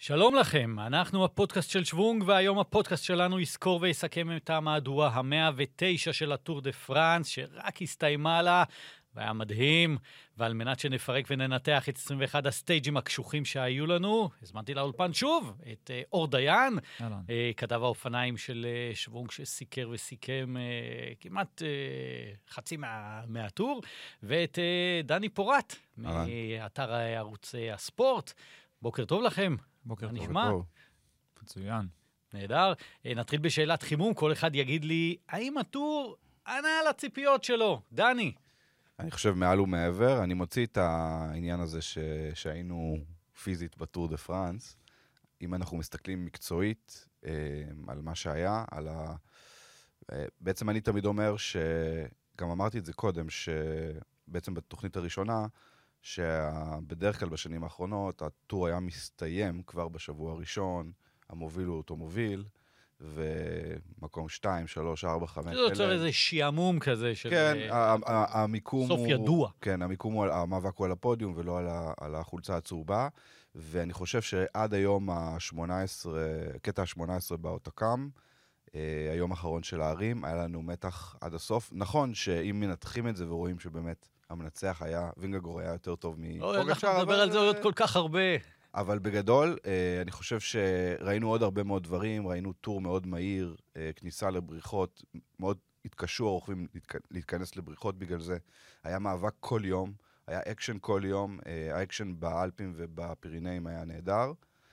שלום לכם, אנחנו הפודקאסט של שוונג, והיום הפודקאסט שלנו יזכור ויסכם את המהדורה ה-109 של הטור דה פרנס, שרק הסתיימה לה, והיה מדהים, ועל מנת שנפרק וננתח את 21 הסטייג'ים הקשוחים שהיו לנו, הזמנתי לאולפן שוב את אור דיין, כתב האופניים של שוונג שסיקר וסיכם כמעט חצי מהטור, ואת דני פורט, מאתר ערוץ הספורט. בוקר טוב לכם. בוקר נשמע? טוב. מצוין. נהדר. נתחיל בשאלת חימום. כל אחד יגיד לי, האם הטור ענה על הציפיות שלו? דני. אני חושב מעל ומעבר. אני מוציא את העניין הזה שהיינו פיזית בטור דה פרנס. אם אנחנו מסתכלים מקצועית על מה שהיה, בעצם אני תמיד אומר גם אמרתי את זה קודם, שבעצם בתוכנית הראשונה, שבדרך כלל בשנים האחרונות, הטור היה מסתיים כבר בשבוע הראשון, המוביל הוא אותו מוביל, ומקום 2, 3, 4, 5. זה יוצר איזה שיעמום כזה של כן, המיקום סוף ידוע. כן, המיקום הוא, המאבק הוא על הפודיום ולא על החולצה הצהובה, ואני חושב שעד היום קטע ה-18 באוטוקם, היום האחרון של הערים, היה לנו מתח עד הסוף. נכון שאם מנתחים את זה ורואים שבאמת המנצח היה, וינגגור היה יותר טוב מפוגצ'אר. אנחנו נדבר על זה עוד כל כך הרבה. אבל בגדול, אני חושב שראינו עוד הרבה מאוד דברים, ראינו טור מאוד מהיר, כניסה לבריחות, מאוד התקשו הרוכבים להתכנס לבריחות בגלל זה. היה מאבק כל יום, היה אקשן כל יום, האקשן באלפים ובפירינאים היה נהדר.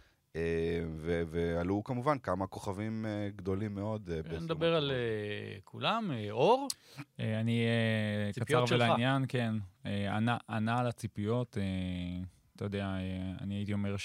ועלו כמובן כמה כוכבים גדולים מאוד. נדבר על כולם. אור? אני קצר ולעניין, כן. ענה על הציפיות. אתה יודע, אני הייתי אומר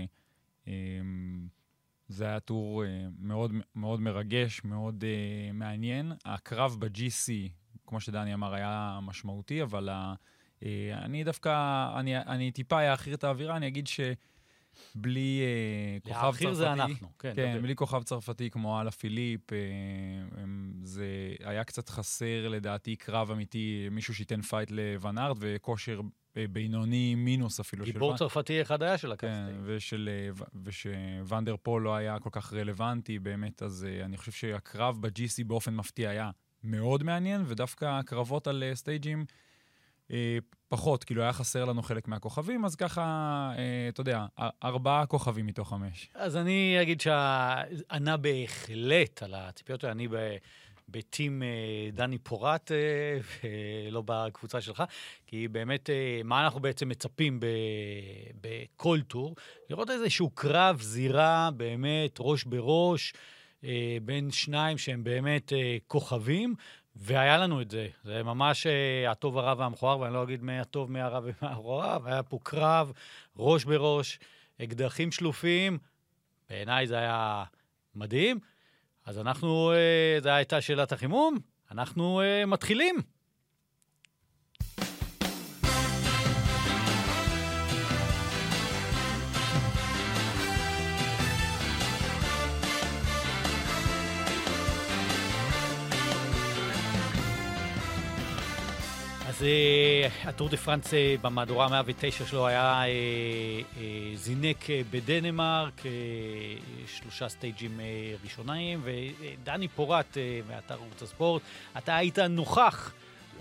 זה היה טור מאוד מאוד מרגש, מאוד מעניין. הקרב ב-GC, כמו שדני אמר, היה משמעותי, אבל אני דווקא, אני טיפה אאחיר את האווירה, אני אגיד בלי כוכב צרפתי, זה אנחנו, כן, בלי כוכב צרפתי כמו אלה פיליפ, זה היה קצת חסר לדעתי קרב אמיתי, מישהו שייתן פייט לוון ארט, וכושר בינוני מינוס אפילו. גיבור צרפתי אחד היה של הקפסטי. ושוונדר פול לא היה כל כך רלוונטי באמת, אז אני חושב שהקרב ב-GC באופן מפתיע היה מאוד מעניין, ודווקא הקרבות על סטייג'ים, פחות, כאילו היה חסר לנו חלק מהכוכבים, אז ככה, אתה יודע, 4 כוכבים מתוך 5. אז אני אגיד שענה בהחלט על הציפיות, אני בטים דני פורט, ולא בקבוצה שלך, כי באמת, מה אנחנו בעצם מצפים בכל טור? לראות איזשהו קרב זירה, באמת, ראש בראש, בין שניים שהם באמת כוכבים, והיה לנו את זה. זה ממש הטוב, הרע והמכוער, ואני לא אגיד מהטוב, מהרע ומהמכוער, והיה פה קרב, ראש בראש, אקדחים שלופים. בעיניי זה היה מדהים. אז אנחנו, זו הייתה שאלת החימום, אנחנו מתחילים. אז הטור דה פרנס במהדורה 109 שלו היה זינק בדנמרק, 3 סטייג'ים ראשוניים, ודני פורט מאתר ערוץ הספורט, אתה היית נוכח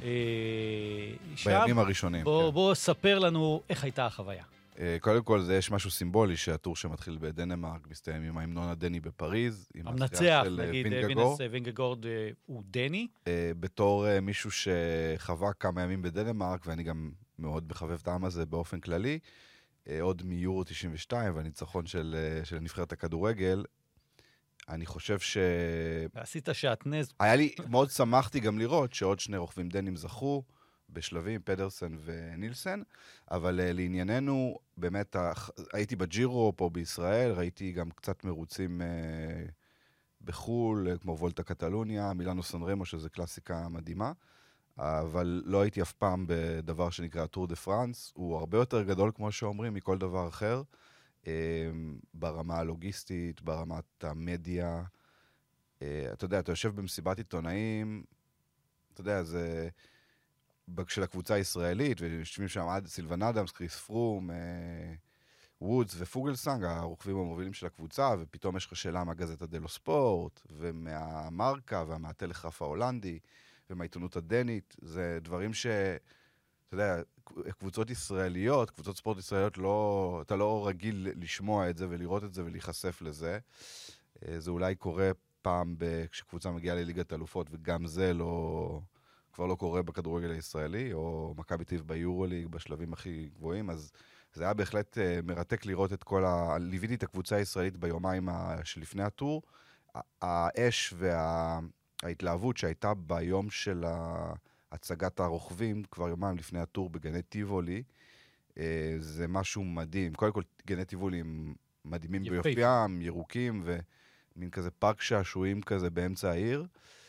בימים הראשונים. בוא ספר לנו איך הייתה החוויה. קודם כל, יש משהו סימבולי שהטור שמתחיל בדנמרק מסתיים עם ההמנון הדני בפריז. המנצח, נגיד, וינגגורד הוא דני. בתור מישהו שחווה כמה ימים בדנמרק, ואני גם מאוד מחבב את העם הזה באופן כללי, עוד מיורו 92, והניצחון של נבחרת הכדורגל, אני חושב ועשית שעטנז. היה לי, מאוד שמחתי גם לראות שעוד 2 רוכבים דנים זכו, בשלבים, פדרסן ונילסן, אבל לענייננו, באמת, הייתי בג'ירו פה בישראל, ראיתי גם קצת מרוצים בחול, כמו וולטה קטלוניה, מילאנו סן רמו, שזה קלאסיקה מדהימה, אבל לא הייתי אף פעם בדבר שנקרא טור דה פרנס, הוא הרבה יותר גדול, כמו שאומרים, מכל דבר אחר, ברמה הלוגיסטית, ברמת המדיה, אתה יודע, אתה יושב במסיבת עיתונאים, אתה יודע, זה של הקבוצה הישראלית, ויושבים שם עד סילבן אדמס, קריס פרום, וודס ופוגלסנג, הרוכבים המובילים של הקבוצה, ופתאום יש לך שאלה מהגזטה דלו ספורט, ומהמרקה, ומהטלגרף ההולנדי, ומהעיתונות הדנית. זה דברים ש... אתה יודע, קבוצות ישראליות, קבוצות ספורט ישראליות, אתה לא רגיל לשמוע את זה ולראות את זה ולהיחשף לזה. זה אולי קורה פעם כשקבוצה מגיעה לליגת אלופות, וגם זה כבר לא קורה בכדורגל הישראלי, או מכבי תל אביב ביורוליג בשלבים הכי גבוהים, אז זה היה בהחלט מרתק לראות את ליוויתי את הקבוצה הישראלית ביומיים שלפני הטור. האש וההתלהבות שהייתה ביום של הצגת הרוכבים, כבר יומיים לפני הטור בגני טיבולי, זה משהו מדהים. קודם כל, גני טיבולי הם מדהימים ביופיים, ירוקים, ומין כזה פארק שעשועים כזה באמצע העיר,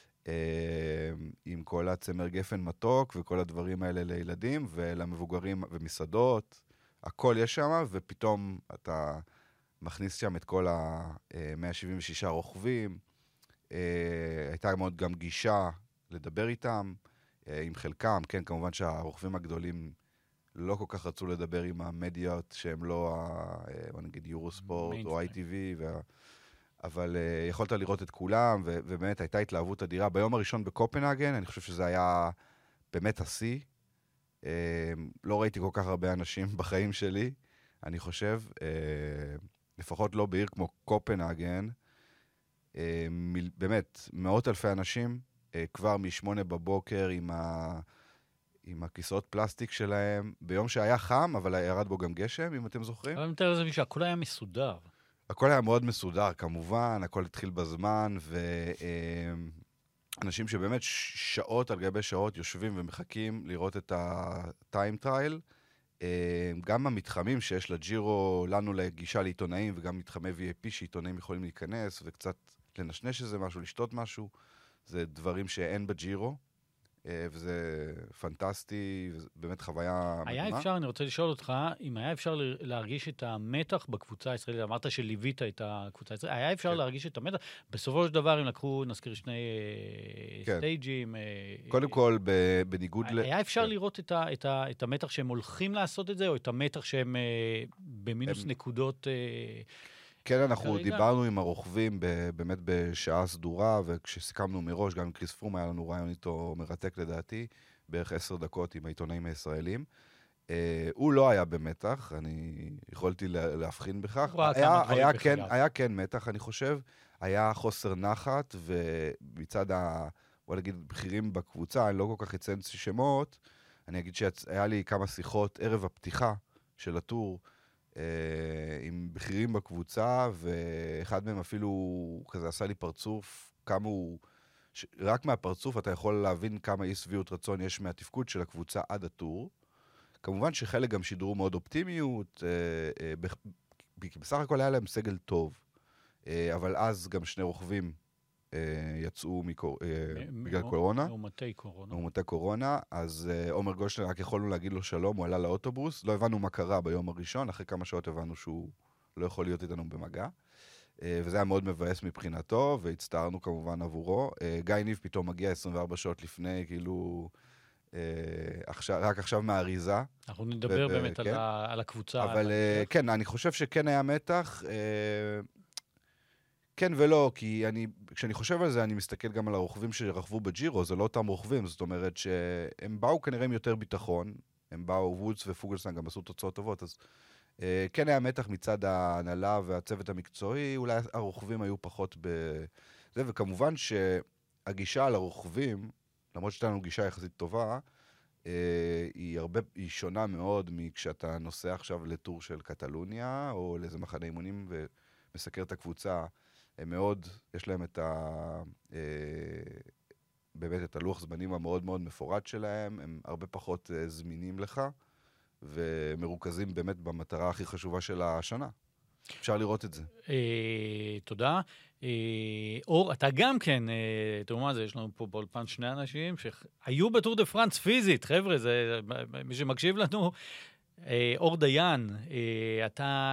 עם כל הצמר גפן מתוק, וכל הדברים האלה לילדים, ולמבוגרים ומסעדות, הכל יש שם, ופתאום אתה מכניס שם את כל ה-176 רוכבים, הייתה מאוד גם גישה לדבר איתם, עם חלקם, כן, כמובן שהרוכבים הגדולים לא כל כך רצו לדבר עם המדיות שהם לא, נגיד יורוספורט או ITV, אבל יכולת לראות את כולם, ובאמת הייתה התלהבות אדירה. ביום הראשון בקופנהגן, אני חושב שזה היה באמת השיא. לא ראיתי כל כך הרבה אנשים בחיים שלי, אני חושב, לפחות לא בעיר כמו קופנהגן, באמת, מאות אלפי אנשים, כבר מ8 בבוקר עם הכיסאות פלסטיק שלהם, ביום שהיה חם, אבל ירד בו גם גשם, אם אתם זוכרים. אבל אני מתאר לזה שהכל היה מסודר. הכל היה מאוד מסודר, כמובן, הכל התחיל בזמן, ואנשים שבאמת שעות על גבי שעות יושבים ומחכים לראות את הטיים טרייל, גם המתחמים שיש לג'ירו, לנו לגישה לעיתונאים, וגם מתחמי VIP שעיתונאים יכולים להיכנס, וקצת לנשנש איזה משהו, לשתות משהו, זה דברים שאין בג'ירו, וזה פנטסטי, באמת חוויה מדהימה. היה אפשר, אני רוצה לשאול אותך, אם היה אפשר להרגיש את המתח בקבוצה הישראלית, אמרת שליווית את הקבוצה הישראלית, היה אפשר להרגיש את המתח? בסופו של דבר, אם לקחו, נזכיר שני סטייג'ים... קודם כל, בניגוד היה אפשר לראות את המתח שהם הולכים לעשות את זה, או את המתח שהם במינוס נקודות... כן, אנחנו דיברנו עם הרוכבים באמת בשעה סדורה, וכשסיכמנו מראש, גם עם קריס פרום היה לנו רעיון איתו מרתק לדעתי, בערך 10 דקות עם העיתונאים הישראלים. הוא לא היה במתח, אני יכולתי להבחין בכך. היה כן מתח, אני חושב. היה חוסר נחת, ומצד בוא נגיד, בכירים בקבוצה, אני לא כל כך אציין שמות, אני אגיד שהיה לי כמה שיחות ערב הפתיחה של הטור, עם בכירים בקבוצה, ואחד מהם אפילו כזה עשה לי פרצוף, כמה הוא... רק מהפרצוף אתה יכול להבין כמה אי שביעות רצון יש מהתפקוד של הקבוצה עד הטור. כמובן שחלק גם שידרו מאוד אופטימיות, בסך הכל היה להם סגל טוב, אבל אז גם שני רוכבים יצאו בגלל קורונה. מאומתי קורונה, אז עומר גושלן, רק יכולנו להגיד לו שלום, הוא עלה לאוטובוס, לא הבנו מה קרה ביום הראשון, אחרי כמה שעות הבנו שהוא לא יכול להיות איתנו במגע, וזה היה מאוד מבאס מבחינתו, והצטערנו כמובן עבורו. גיא ניב פתאום מגיע 24 שעות לפני, כאילו, רק עכשיו מהאריזה. אנחנו נדבר באמת על הקבוצה. אבל כן, אני חושב שכן היה מתח, כן ולא, כי כשאני חושב על זה, אני מסתכל גם על הרוכבים שרכבו בג'ירו, זה לא אותם רוכבים, זאת אומרת שהם באו כנראה עם יותר ביטחון, הם באו, וודס ופוגלסן גם עשו תוצאות טובות, אז כן היה מתח מצד ההנהלה והצוות המקצועי, אולי הרוכבים היו פחות בזה, וכמובן שהגישה על הרוכבים, למרות שהייתה לנו גישה יחסית טובה, היא שונה מאוד מכשאתה נוסע עכשיו לטור של קטלוניה, או לאיזה מחנה אימונים ומסקר את הקבוצה, הם מאוד, יש להם באמת את הלוח זמנים המאוד מאוד מפורט שלהם, הם הרבה פחות זמינים לך, ומרוכזים באמת במטרה הכי חשובה של השנה. אפשר לראות את זה. תודה. אור, אתה גם כן, תראו מה זה, יש לנו פה באולפן שני אנשים שהיו בטור דה פרנס פיזית, חבר'ה, זה מי שמקשיב לנו, אור דיין, אתה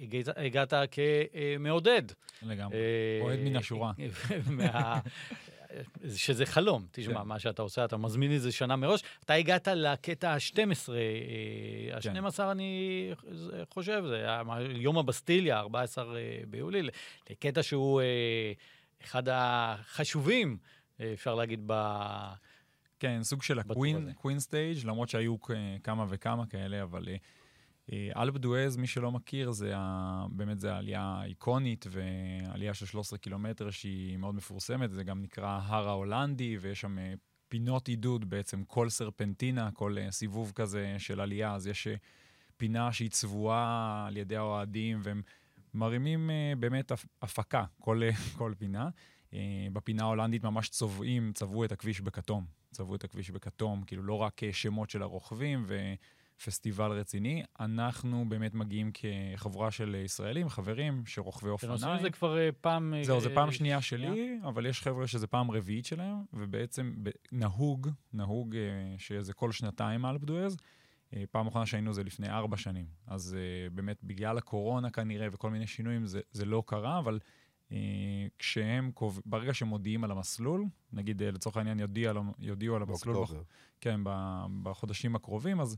הגעת כמעודד. לגמרי, אוהד מן השורה. שזה חלום, תשמע, מה שאתה עושה, אתה מזמין איזה שנה מראש. אתה הגעת לקטע ה-12, ה-12 אני חושב, זה יום הבסטיליה, 14 ביולי, לקטע שהוא אחד החשובים, אפשר להגיד, כן, סוג של הקווין סטייג', למרות שהיו כמה וכמה כאלה, אבל אלפ דואז, מי שלא מכיר, באמת זה עלייה איקונית, ועלייה של 13 קילומטר שהיא מאוד מפורסמת, זה גם נקרא הר ההולנדי, ויש שם פינות עידוד בעצם, כל סרפנטינה, כל סיבוב כזה של עלייה, אז יש פינה שהיא צבועה על ידי האוהדים, והם מרימים באמת הפקה, כל פינה. בפינה ההולנדית ממש צבעו את הכביש בכתום. צבעו את הכביש בכתום, כאילו לא רק שמות של הרוכבים ופסטיבל רציני, אנחנו באמת מגיעים כחברה של ישראלים, חברים, שרוכבי אופניים. שנוסעים זה כבר פעם... זהו, זה פעם שנייה שלי, אבל יש חבר'ה שזה פעם רביעית שלהם, ובעצם נהוג שזה כל שנתיים אלפ דואז. פעם אחרונה שהיינו זה לפני 4 שנים. אז באמת בגלל הקורונה כנראה וכל מיני שינויים זה לא קרה, אבל ברגע שמודיעים על המסלול, נגיד לצורך העניין יודיעו על המסלול בחודשים הקרובים, אז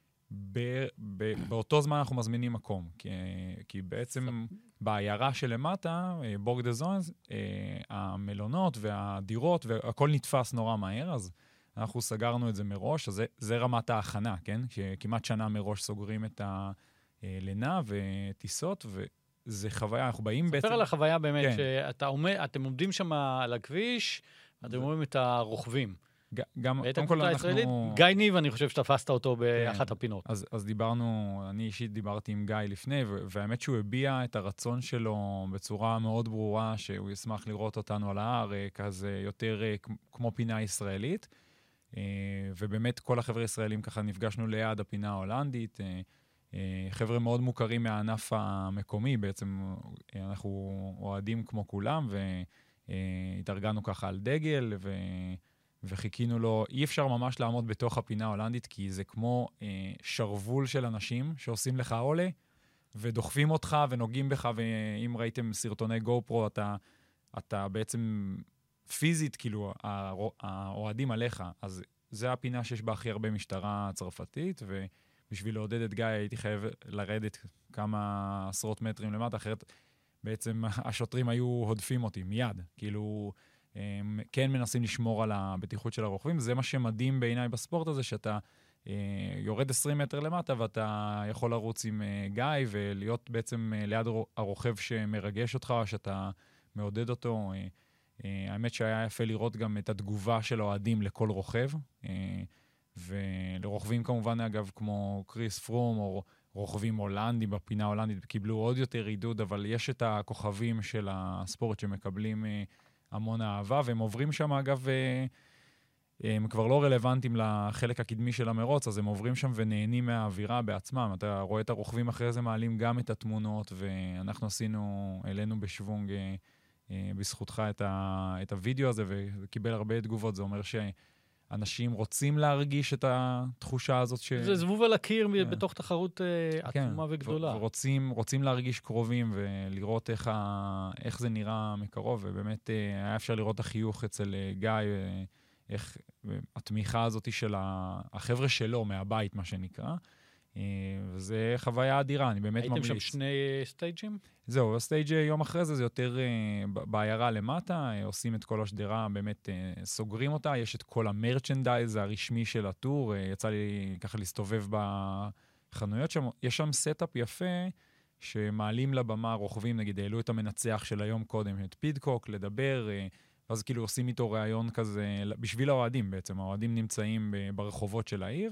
באותו זמן אנחנו מזמינים מקום, כי בעצם בעיירה שלמטה, בורג דה זונס, המלונות והדירות והכל נתפס נורא מהר, אז אנחנו סגרנו את זה מראש, אז זה רמת ההכנה, כן? שכמעט שנה מראש סוגרים את הלינה וטיסות, זה חוויה, אנחנו באים בעצם... ספר על החוויה באמת, שאתם עומדים שם על הכביש, אתם רואים את הרוכבים. גם, קודם כל אנחנו... גיא ניב, אני חושב שתפסת אותו באחת הפינות. אז דיברנו, אני אישית דיברתי עם גיא לפני, והאמת שהוא הביע את הרצון שלו בצורה מאוד ברורה, שהוא ישמח לראות אותנו על ההר, כזה יותר כמו פינה ישראלית, ובאמת כל החבר'ה ישראלים ככה נפגשנו ליד הפינה ההולנדית, חבר'ה מאוד מוכרים מהענף המקומי, בעצם אנחנו אוהדים כמו כולם, והתארגנו ככה על דגל, וחיכינו לו, אי אפשר ממש לעמוד בתוך הפינה ההולנדית, כי זה כמו שרבול של אנשים שעושים לך עולה, ודוחפים אותך ונוגעים בך, ואם ראיתם סרטוני גו-פרו, אתה בעצם פיזית, כאילו, האוהדים עליך, אז זה הפינה שיש בה הכי הרבה משטרה צרפתית, בשביל לעודד את גיא הייתי חייב לרדת כמה עשרות מטרים למטה, אחרת בעצם השוטרים היו הודפים אותי מיד. כאילו, כן מנסים לשמור על הבטיחות של הרוכבים. זה מה שמדהים בעיניי בספורט הזה, שאתה יורד 20 מטר למטה, ואתה יכול לרוץ עם גיא, ולהיות בעצם ליד הרוכב שמרגש אותך, שאתה מעודד אותו. האמת שהיה יפה לראות גם את התגובה של האוהדים לכל רוכב, ולרוכבים כמובן, אגב, כמו קריס פרום, או רוכבים הולנדים בפינה ההולנדית, קיבלו עוד יותר עידוד, אבל יש את הכוכבים של הספורט שמקבלים המון אהבה, והם עוברים שם, אגב, הם כבר לא רלוונטיים לחלק הקדמי של המרוץ, אז הם עוברים שם ונהנים מהאווירה בעצמם. אתה רואה את הרוכבים אחרי זה מעלים גם את התמונות, ואנחנו העלינו בשוונג בזכותך את הוידאו הזה, וקיבל הרבה תגובות. זה אומר אנשים רוצים להרגיש את התחושה הזאת זה זבוב על הקיר בתוך תחרות עצומה וגדולה. ורוצים להרגיש קרובים ולראות איך זה נראה מקרוב, ובאמת היה אפשר לראות החיוך אצל גיא, איך התמיכה הזאת של החבר'ה שלו מהבית, מה שנקרא. וזה חוויה אדירה, אני באמת ממליץ. הייתם שם 2 סטייג'ים? זהו, הסטייג' יום אחרי זה יותר בעיירה למטה, עושים את כל השדרה, באמת סוגרים אותה, יש את כל המרצ'נדייז הרשמי של הטור, יצא לי ככה להסתובב בחנויות שם, יש שם סטאפ יפה, שמעלים לבמה רוכבים, נגיד, העלו את המנצח של היום קודם, את פידקוק, לדבר, ואז כאילו עושים איתו ראיון כזה, בשביל האוהדים בעצם, האוהדים נמצאים ברחובות של העיר,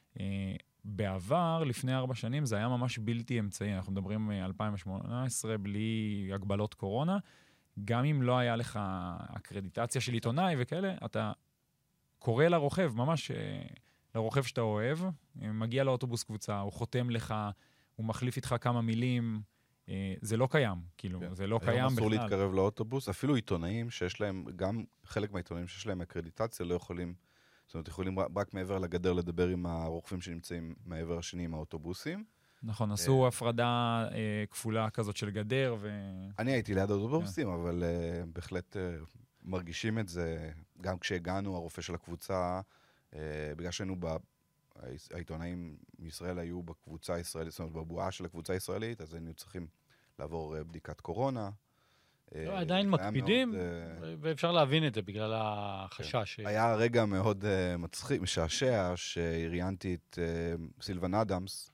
בעבר, לפני 4 שנים, זה היה ממש בלתי אמצעי. אנחנו מדברים 2018, בלי הגבלות קורונה. גם אם לא היה לך אקרדיטציה של עיתונאי וכאלה, אתה קורא לרוכב, ממש לרוכב שאתה אוהב, מגיע לאוטובוס קבוצה, הוא חותם לך, הוא מחליף איתך כמה מילים, זה לא קיים, כאילו, זה לא קיים בכלל. היום אסור להתקרב לאוטובוס, אפילו עיתונאים שיש להם, גם חלק מהעיתונאים שיש להם אקרדיטציה, לא יכולים... זאת אומרת, יכולים רק מעבר לגדר לדבר עם הרוכבים שנמצאים מעבר השני עם האוטובוסים. נכון, עשו הפרדה כפולה כזאת של גדר אני הייתי ליד האוטובוסים, אבל בהחלט מרגישים את זה, גם כשהגענו, הרופא של הקבוצה, בגלל שהיינו העיתונאים מישראל היו בקבוצה הישראלית, זאת אומרת, בבועה של הקבוצה הישראלית, אז היינו צריכים לעבור בדיקת קורונה. עדיין מקפידים, ואפשר להבין את זה בגלל החשש. היה רגע מאוד מצחיק, משעשע, שהראיינתי את סילבן אדמס,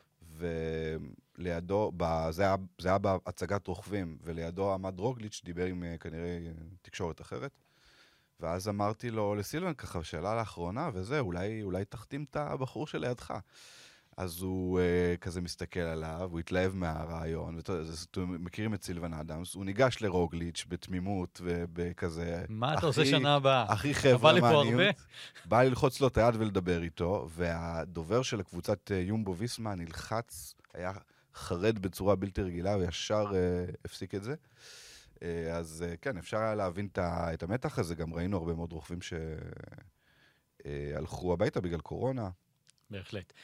ולידו, זה היה בהצגת רוכבים, ולידו עמד רוגליץ', דיבר עם כנראה תקשורת אחרת, ואז אמרתי לו לסילבן ככה, שאלה לאחרונה, וזה, אולי תחתים את הבחור שלידך. אז הוא כזה מסתכל עליו, הוא התלהב מהרעיון, מכירים את סילבן אדמס, הוא ניגש לרוגליץ' בתמימות ובכזה... מה אתה עושה שנה הבאה? הכי חבר'ה מעניינות. בא ללחוץ לו את היד ולדבר איתו, והדובר של הקבוצת יומבו ויסמה נלחץ, היה חרד בצורה בלתי רגילה, וישר הפסיק את זה. אז כן, אפשר היה להבין את המתח הזה, גם ראינו הרבה מאוד רוכבים שהלכו הביתה בגלל קורונה. בהחלט.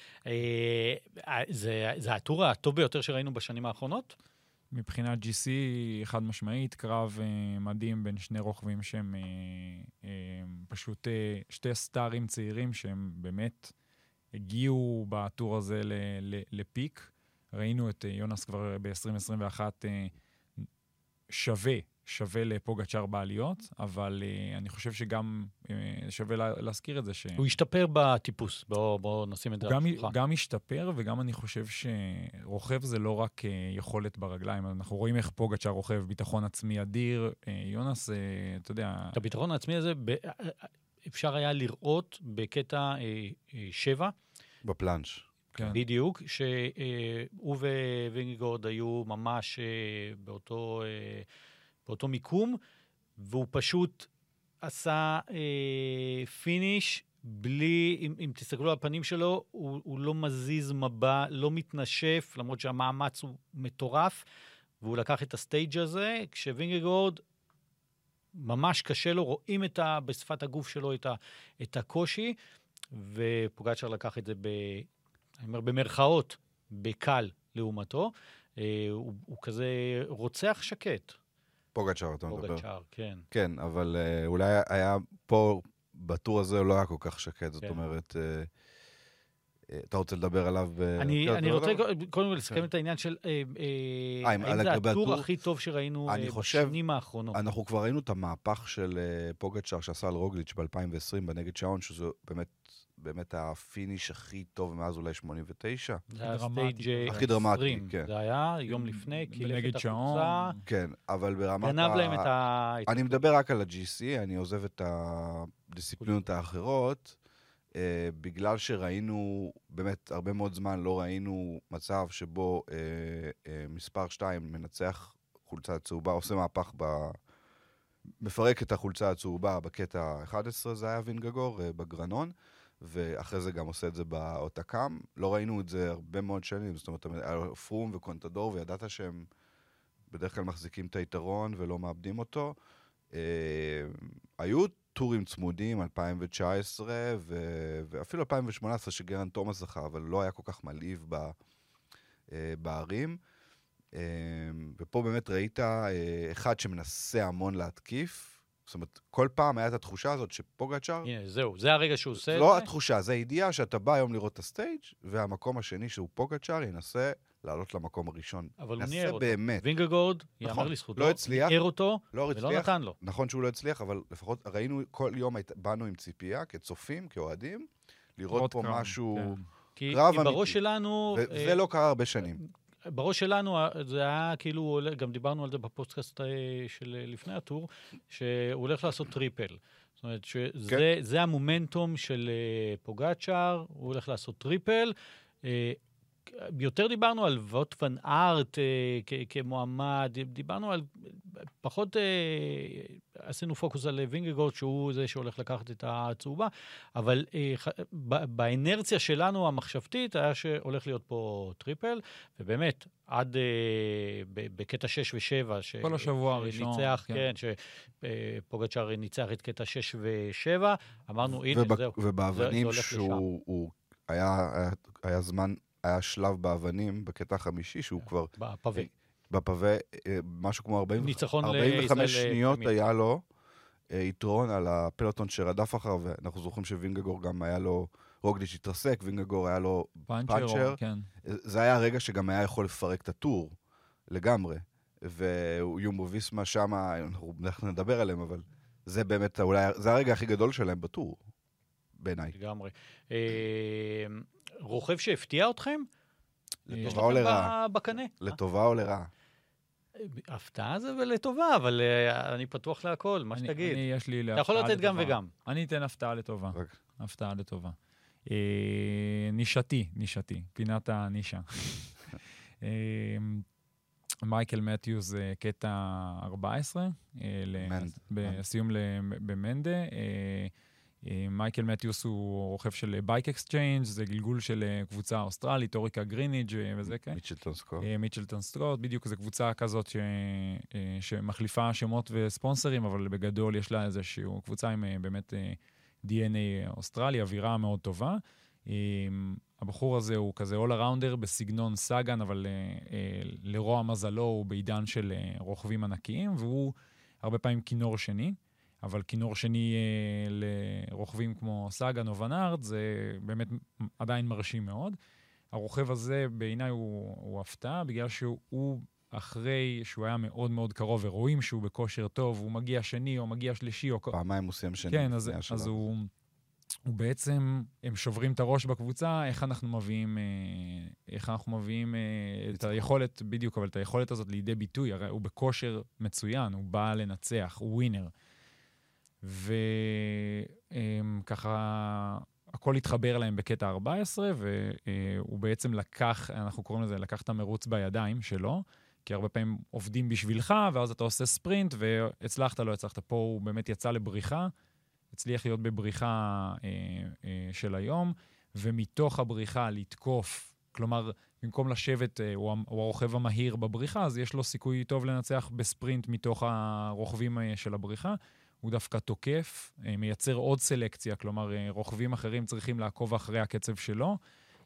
זה הטור הטוב ביותר שראינו בשנים האחרונות? מבחינת GC, חד משמעית, קרב מדהים בין שני רוכבים שהם פשוט שתי סטארים צעירים שהם באמת הגיעו בטור הזה לפיק. ראינו את יונס כבר ב-2021 שווה לפוגצ'אר בעליות, אבל אני חושב שגם שווה להזכיר את זה הוא השתפר בטיפוס, בואו נשים את זה. הוא גם השתפר, וגם אני חושב שרוכב זה לא רק יכולת ברגליים, אנחנו רואים איך פוגצ'אר רוכב ביטחון עצמי אדיר, יונס, אתה יודע... את הביטחון העצמי הזה אפשר היה לראות בקטע 7. בפלנש. כן. בדיוק, שהוא ווינגגורד היו ממש באותו מיקום, והוא פשוט עשה פיניש בלי, אם תסתכלו על הפנים שלו, הוא לא מזיז מבע, לא מתנשף, למרות שהמאמץ הוא מטורף, והוא לקח את הסטייג' הזה, כשווינגגורד ממש קשה לו, רואים בשפת הגוף שלו את הקושי, ופוגצ'ר לקח את זה אני אומר במרכאות, בקל לעומתו, הוא כזה רוצח שקט. פוגצ'ר, אתה מדבר. פוגצ'ר, כן. כן, אבל אולי היה פה, בטור הזה לא היה כל כך שקט, זאת אומרת, אתה רוצה לדבר עליו? אני רוצה קודם כל לסכם את העניין של, האם זה הטור הכי טוב שראינו בשנים האחרונות? אנחנו כבר ראינו את המהפך של פוגצ'ר שעשה על רוגליץ' ב-2020 בנגד שעון, שזה באמת הפיניש הכי טוב מאז אולי 89. זה הסטייג' הכי דרמטי, כן. זה היה יום לפני, בנגד שעון. כן, אבל ברמת גנב להם את אני מדבר רק על ה-GC, אני עוזב את הדיסציפלינות האחרות, בגלל שראינו, באמת הרבה מאוד זמן לא ראינו מצב שבו מספר 2 מנצח חולצה צהובה, עושה מהפך מפרק את החולצה הצהובה בקטע 11, זה היה וינגגור בגרנון, ואחרי זה גם עושה את זה באוטקאם. לא ראינו את זה הרבה מאוד שנים, זאת אומרת, פרום וקונטדור, וידעת שהם בדרך כלל מחזיקים את היתרון ולא מאבדים אותו. היו טורים צמודים, 2019 ואפילו 2018 שגרן תומאס זכה, אבל לא היה כל כך מלהיב בערים. ופה באמת ראית אחד שמנסה המון להתקיף, זאת אומרת, כל פעם היה את התחושה הזאת שפוגצ'ר... הנה, זהו, זה הרגע שהוא עושה את זה. לא התחושה, זה הידיעה שאתה בא היום לראות את הסטייג' והמקום השני שהוא פוגצ'ר ינסה לעלות למקום הראשון. אבל הוא ניער אותו. באמת. וינגגורד, יאמר לזכותו, לא הצליח. ניער אותו ולא נתן לו. נכון שהוא לא הצליח, אבל לפחות ראינו כל יום באנו עם ציפייה, כצופים, כאוהדים, לראות פה משהו... כי בראש שלנו... וזה לא קרה הרבה שנים. בראש שלנו זה היה כאילו, גם דיברנו על זה בפודקאסט של לפני הטור, שהוא הולך לעשות טריפל. זאת אומרת שזה המומנטום של פוגצ'ר, הוא הולך לעשות טריפל. יותר דיברנו על ווט ון ארט כמועמד, דיברנו על, פחות עשינו פוקוס על וינגגורד, שהוא זה שהולך לקחת את הצהובה, אבל באנרציה שלנו המחשבתית היה שהולך להיות פה טריפל, ובאמת, עד בקטע 6 ו-7, כל השבוע הראשון, כן, שפוגצ'ר ניצח את קטע 6 ו-7, אמרנו, הנה, זהו. ובאבנים שהוא היה זמן, היה שלב באבנים, בקטע החמישי, שהוא כבר... בפווה. בפווה, משהו כמו 45 שניות היה לו, יתרון על הפלוטון שרדף אחריו, ואנחנו זוכרים שווינגגור גם היה לו, רוגליץ' התרסק, וינגגור היה לו פאנצ'ר. כן. זה היה הרגע שגם היה יכול לפרק את הטור לגמרי. ויומו ויסמה שם, אנחנו בדרך כלל נדבר עליהם, אבל זה באמת, אולי, זה הרגע הכי גדול שלהם בטור, בעיניי. לגמרי. רוכב שהפתיע אתכם? לטובה או לרעה? בקנה. לטובה או לרעה? הפתעה זה ולטובה, אבל אני פתוח להכל, מה שתגיד. יש לי אתה יכול לתת גם וגם. אני אתן הפתעה לטובה. הפתעה לטובה. נישתי, פינת הנישה. מייקל מתיוס, קטע 14, בסיום במנדה. מייקל מתיוס הוא רוכב של בייק אקסצ'יינג', זה גלגול של קבוצה אוסטרלית, אוריקה גריניג' וזה כן. מיטשלטון סקוט, בדיוק זו קבוצה כזאת שמחליפה שמות וספונסרים, אבל בגדול יש לה איזושהי קבוצה עם באמת DNA אוסטרלי, אווירה מאוד טובה. הבחור הזה הוא כזה all-arounder בסגנון סאגן, אבל לרוע מזלו הוא בעידן של רוכבים ענקיים, והוא הרבה פעמים כינור שני, אבל כינור שני לרוכבים כמו סאגן או ונארד, זה באמת עדיין מרשים מאוד. הרוכב הזה בעיניי הוא הפתעה, בגלל שהוא אחרי שהוא היה מאוד מאוד קרוב, ורואים שהוא בכושר טוב, הוא מגיע שני או מגיע שלישי. פעמיים הוא סיים שני. כן, אז הוא בעצם, הם שוברים את הראש בקבוצה, איך אנחנו מביאים את היכולת, בדיוק, אבל את היכולת הזאת לידי ביטוי, הרי הוא בכושר מצוין, הוא בא לנצח, הוא ווינר. וככה, הכל התחבר להם בקטע 14, והוא בעצם אנחנו קוראים לזה, לקח את המרוץ בידיים שלו, כי הרבה פעמים עובדים בשבילך, ואז אתה עושה ספרינט, והצלחת, לא הצלחת. פה הוא באמת יצא לבריחה, הצליח להיות בבריחה של היום, ומתוך הבריחה לתקוף, כלומר, במקום לשבת, הוא הרוכב המהיר בבריחה, אז יש לו סיכוי טוב לנצח בספרינט מתוך הרוכבים של הבריחה. הוא דווקא תוקף, מייצר עוד סלקציה, כלומר, רוכבים אחרים צריכים לעקוב אחרי הקצב שלו,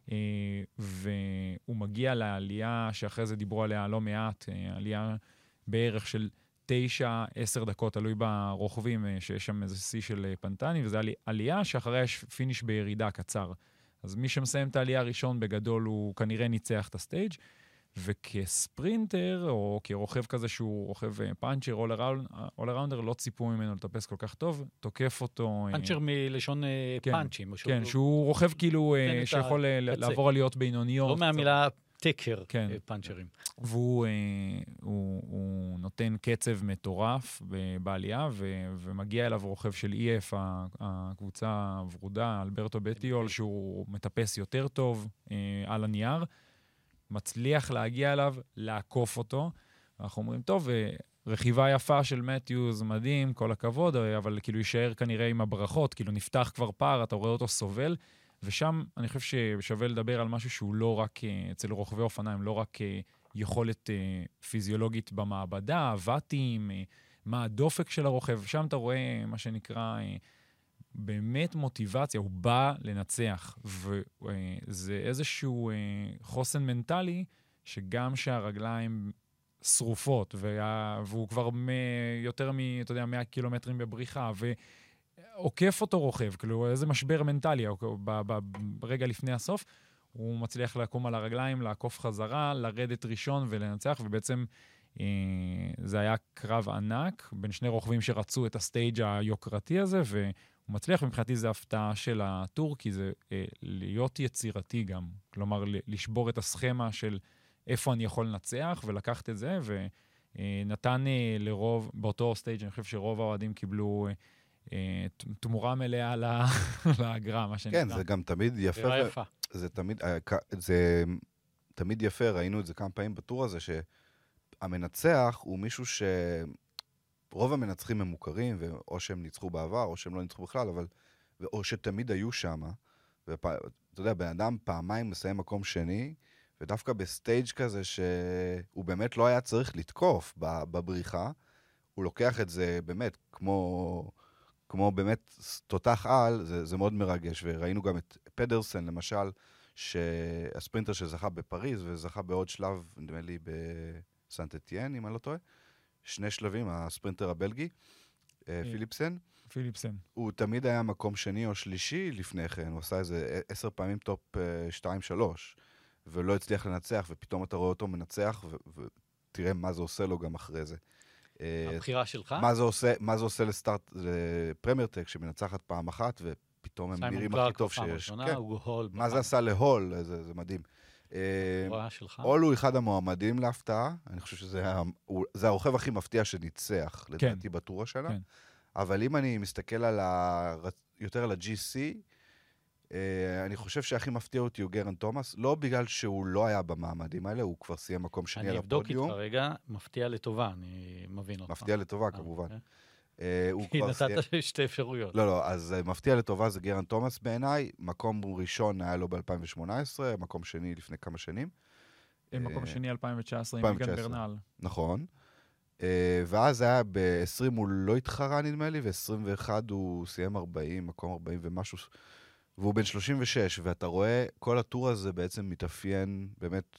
והוא מגיע לעלייה שאחרי זה דיברו עליה לא מעט, עלייה בערך של 9-10 דקות, תלוי ברוכבים, שיש שם איזה שיא של פנטני, וזו עלייה שאחריה יש פיניש בירידה קצר. אז מי שמסיים את העלייה הראשון בגדול, הוא כנראה ניצח את הסטייג', וכספרינטר, או כרוכב כזה שהוא רוכב פאנצ'ר, all-arounder, לא ציפו ממנו לטפס כל כך טוב, תוקף אותו. פאנצ'ר מלשון פאנצ'ים. כן, שהוא רוכב כאילו שיכול לעבור עליות בינוניות. לא מהמילה תקר, פאנצ'רים. והוא נותן קצב מטורף בעלייה, ומגיע אליו רוכב של EF, הקבוצה הוורודה, אלברטו בטיול, שהוא מטפס יותר טוב על הנייר, מצליח להגיע אליו, לעקוף אותו. אנחנו אומרים, טוב, רכיבה יפה של מתיוז, מדהים, כל הכבוד, אבל כאילו יישאר כנראה עם הברכות, כאילו נפתח כבר פער, אתה רואה אותו סובל, ושם אני חושב ששווה לדבר על משהו שהוא לא רק, אצל רוכבי אופניים, לא רק יכולת פיזיולוגית במעבדה, וטים, מה הדופק של הרוכב, שם אתה רואה מה שנקרא באמת מוטיבציה, הוא בא לנצח, וזה איזשהו חוסן מנטלי, שגם שהרגליים שרופות, והוא כבר יותר אתה יודע, 100 קילומטרים בבריחה, ועוקף אותו רוכב, כאילו איזה משבר מנטלי, ברגע לפני הסוף, הוא מצליח לקום על הרגליים, לעקוף חזרה, לרדת ראשון ולנצח, ובעצם זה היה קרב ענק, בין שני רוכבים שרצו את הסטייג' היוקרתי הזה, הוא מצליח, מבחינתי זה הפתעה של הטורקי, זה להיות יצירתי גם. כלומר, לשבור את הסכמה של איפה אני יכול לנצח, ולקחת את זה, ונתן לרוב, באותו סטייג' אני חושב שרוב האוהדים קיבלו תמורה מלאה לאגרה, מה שנקרא. כן, זה גם תמיד יפה. זה תמיד יפה, ראינו את זה כמה פעמים בטור הזה, שהמנצח הוא מישהו ש... רוב המנצחים הם מוכרים, או שהם ניצחו בעבר, או שהם לא ניצחו בכלל, או שתמיד היו שם. ואתה יודע, בן אדם פעמיים מסיים מקום שני, ודווקא בסטייג' כזה שהוא באמת לא היה צריך לתקוף בבריחה, הוא לוקח את זה באמת כמו באמת תותח על, זה מאוד מרגש. וראינו גם את פדרסן, למשל, שהספרינטר שזכה בפריז, וזכה בעוד שלב, נדמה לי, בסנט אתיין, אם אני לא טועה, 2 שלבים, הספרינטר הבלגי, פיליפסן. פיליפסן. הוא תמיד היה מקום שני או שלישי לפני כן, הוא עשה איזה 10 פעמים טופ 2-3, ולא הצליח לנצח, ופתאום אתה רואה אותו מנצח, ותראה מה זה עושה לו גם אחרי זה. הבחירה שלך? מה זה עושה לפרמייר טק, שמנצחת פעם אחת, ופתאום הם נראים הכי טוב שיש. כן. מה זה עשה להול, זה מדהים. הול הוא אחד המועמדים להפתעה, אני חושב שזה הרוכב הכי מפתיע שניצח, לדעתי בטור השנה. אבל אם אני מסתכל יותר על ה-GC, אני חושב שהכי מפתיע אותי הוא גרן תומאס, לא בגלל שהוא לא היה במעמדים האלה, הוא כבר סיים מקום שני על הפודיום. אני אבדוק איתך רגע, מפתיע לטובה, אני מבין אותך. מפתיע לטובה, כמובן. כי נתת שתי אפשרויות. לא, אז מפתיע לטובה זה גרן תומאס בעיניי, מקום ראשון היה לו ב-2018, מקום שני לפני כמה שנים. מקום שני 2019 עם איגן ברנל. נכון. ואז היה ב-20 הוא לא התחרה נדמה לי, ו-21 הוא סיים 40, מקום 40 ומשהו, והוא בן 36, ואתה רואה, כל הטור הזה בעצם מתאפיין, באמת,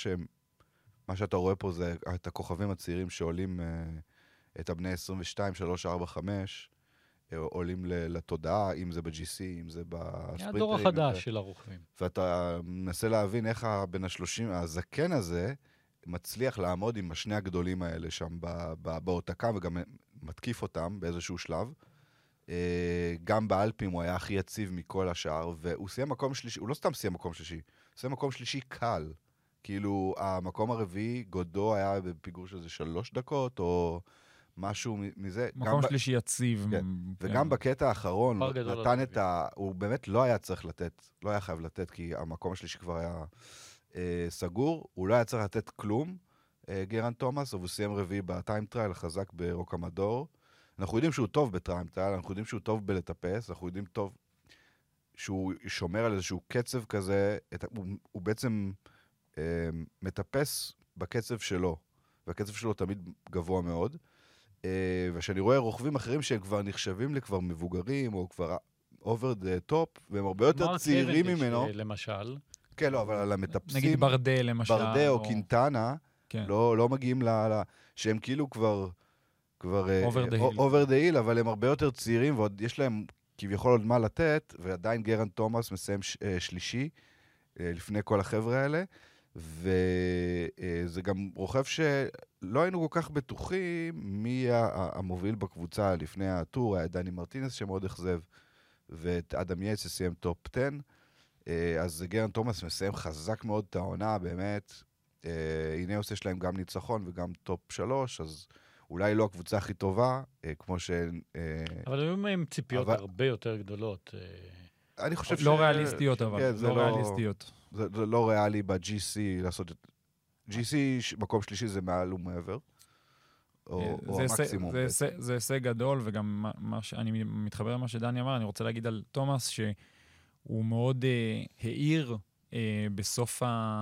מה שאתה רואה פה זה את הכוכבים הצעירים שעולים את הבני 22, 3, 4, 5, עולים לתודעה, אם זה ב-GC, אם זה בספרינטרים. הדור החדש של הרוכבים. ואתה מנסה להבין איך הבן ה-30, הזקן הזה, מצליח לעמוד עם השני הגדולים האלה שם באותקה, וגם מתקיף אותם באיזשהו שלב. גם באלפים הוא היה הכי יציב מכל השאר, והוא סיים מקום שלישי, הוא לא סתם סיים מקום שלישי, הוא סיים מקום שלישי קל. כאילו, המקום הרביעי, גודו היה בפיגור של 3 דקות, או משהו מזה. מקום שלישי יציב. כן. וגם בקטע האחרון, נתן את הוא באמת לא היה צריך לתת, לא היה חייב לתת, כי המקום השלישי כבר היה סגור, הוא לא היה צריך לתת כלום, גרן תומאס, אבל הוא סיים רביעי בטיים טרייל, חזק ברוק המדור. אנחנו יודעים שהוא טוב בטיים טרייל, אנחנו יודעים שהוא טוב בלטפס, אנחנו יודעים טוב שהוא שומר על איזשהו קצב כזה, הוא בעצם מטפס בקצב שלו, והקצב שלו תמיד גבוה מאוד. וכשאני רואה רוכבים אחרים שהם כבר נחשבים לכבר מבוגרים, או כבר over the top, והם הרבה יותר צעירים ממנו. למשל. כן, לא, אבל על המטפסים... נגיד ברדה, למשל. ברדה או קינטנה, לא מגיעים שהם כאילו כבר over the hill, אבל הם הרבה יותר צעירים, ועוד יש להם כביכול עוד מה לתת, ועדיין גרן תומאס מסיים שלישי, לפני כל החבר'ה האלה, וזה גם רוכב שלא היינו כל כך בטוחים מי המוביל בקבוצה לפני הטור, היה דני מרטינס שמאוד אכזב, ואת אדם יייץ שסיים טופ 10, אז גרן תומאס מסיים חזק מאוד את העונה, באמת. הנה עושה שלהם גם ניצחון וגם טופ 3, אז אולי לא הקבוצה הכי טובה, כמו ש... אבל היו מהם ציפיות הרבה יותר גדולות. אני חושב לא ריאליסטיות, אבל. לא ריאליסטיות. זה לא ריאלי ב-GC לעשות... GC מקום שלישי זה מעל ומעבר. או המקסימום. זה הישג גדול, וגם אני מתחבר למה שדני אמר, אני רוצה להגיד על תומאס, שהוא מאוד העיר בסוף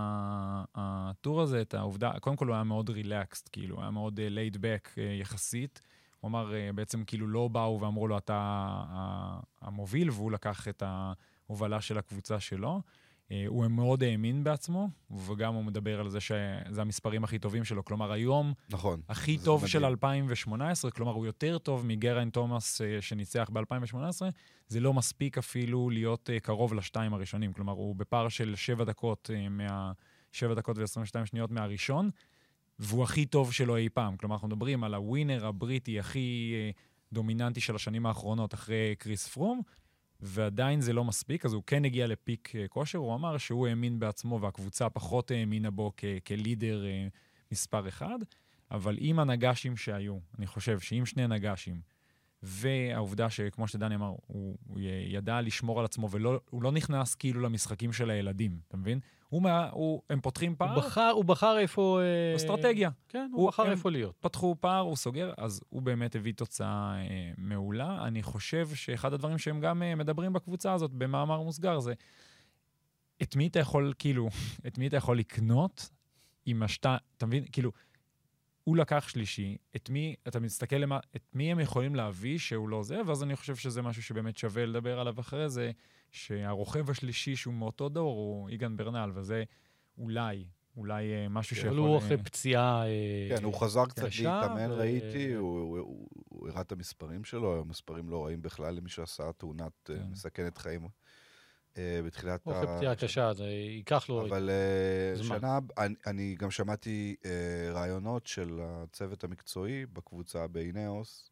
הטור הזה את העובדה, קודם כל הוא היה מאוד רילקסט, כאילו, הוא היה מאוד laid back יחסית, הוא אמר בעצם כאילו לא באו ואמרו לו אתה המוביל, והוא לקח את ההובלה של הקבוצה שלו, הוא מאוד האמין בעצמו, וגם הוא מדבר על זה שזה המספרים הכי טובים שלו, כלומר היום, נכון, הכי טוב מדהים. של 2018, כלומר הוא יותר טוב מגרן תומאס שניצח ב-2018, זה לא מספיק אפילו להיות קרוב לשתיים הראשונים, כלומר הוא בפער של 7 דקות, 7 דקות ו-22 שניות מהראשון, והוא הכי טוב שלו אי פעם, כלומר אנחנו מדברים על הווינר הבריטי הכי דומיננטי של השנים האחרונות אחרי קריס פרום, ועדיין זה לא מספיק, אז הוא כן הגיע לפיק כושר, הוא אמר שהוא האמין בעצמו והקבוצה פחות האמינה בו כלידר מספר אחד, אבל עם הנגשים שהיו, אני חושב שעם 2 נגשים, והעובדה שכמו שדני אמר, הוא ידע לשמור על עצמו, והוא לא נכנס כאילו למשחקים של הילדים, אתה מבין? הם פותחים פער. הוא בחר איפה... אסטרטגיה. כן, הוא בחר איפה להיות. פתחו פער, הוא סוגר, אז הוא באמת הביא תוצאה מעולה. אני חושב שאחד הדברים שהם גם מדברים בקבוצה הזאת, במאמר מוסגר, זה את מי אתה יכול, כאילו, את מי אתה יכול לקנות עם אתה מבין? כאילו, הוא לקח שלישי, את מי, אתה מסתכל את מי הם יכולים להביא שהוא לא זה, ואז אני חושב שזה משהו שבאמת שווה לדבר עליו אחרי זה, שהרוכב השלישי שהוא מאותו דור הוא איגן ברנל, וזה אולי משהו שיכול... הוא אחרי פציעה... כן, הוא חזר קצת להתאמן, ראיתי, הוא הוא הראה את המספרים שלו, המספרים לא רעים בכלל למי שעשה תאונת מסכנת חיים בתחילת אחרי פציעה קשה, זה ייקח לו אבל שנה, אני גם שמעתי רעיונות של הצוות המקצועי בקבוצה באינאוס,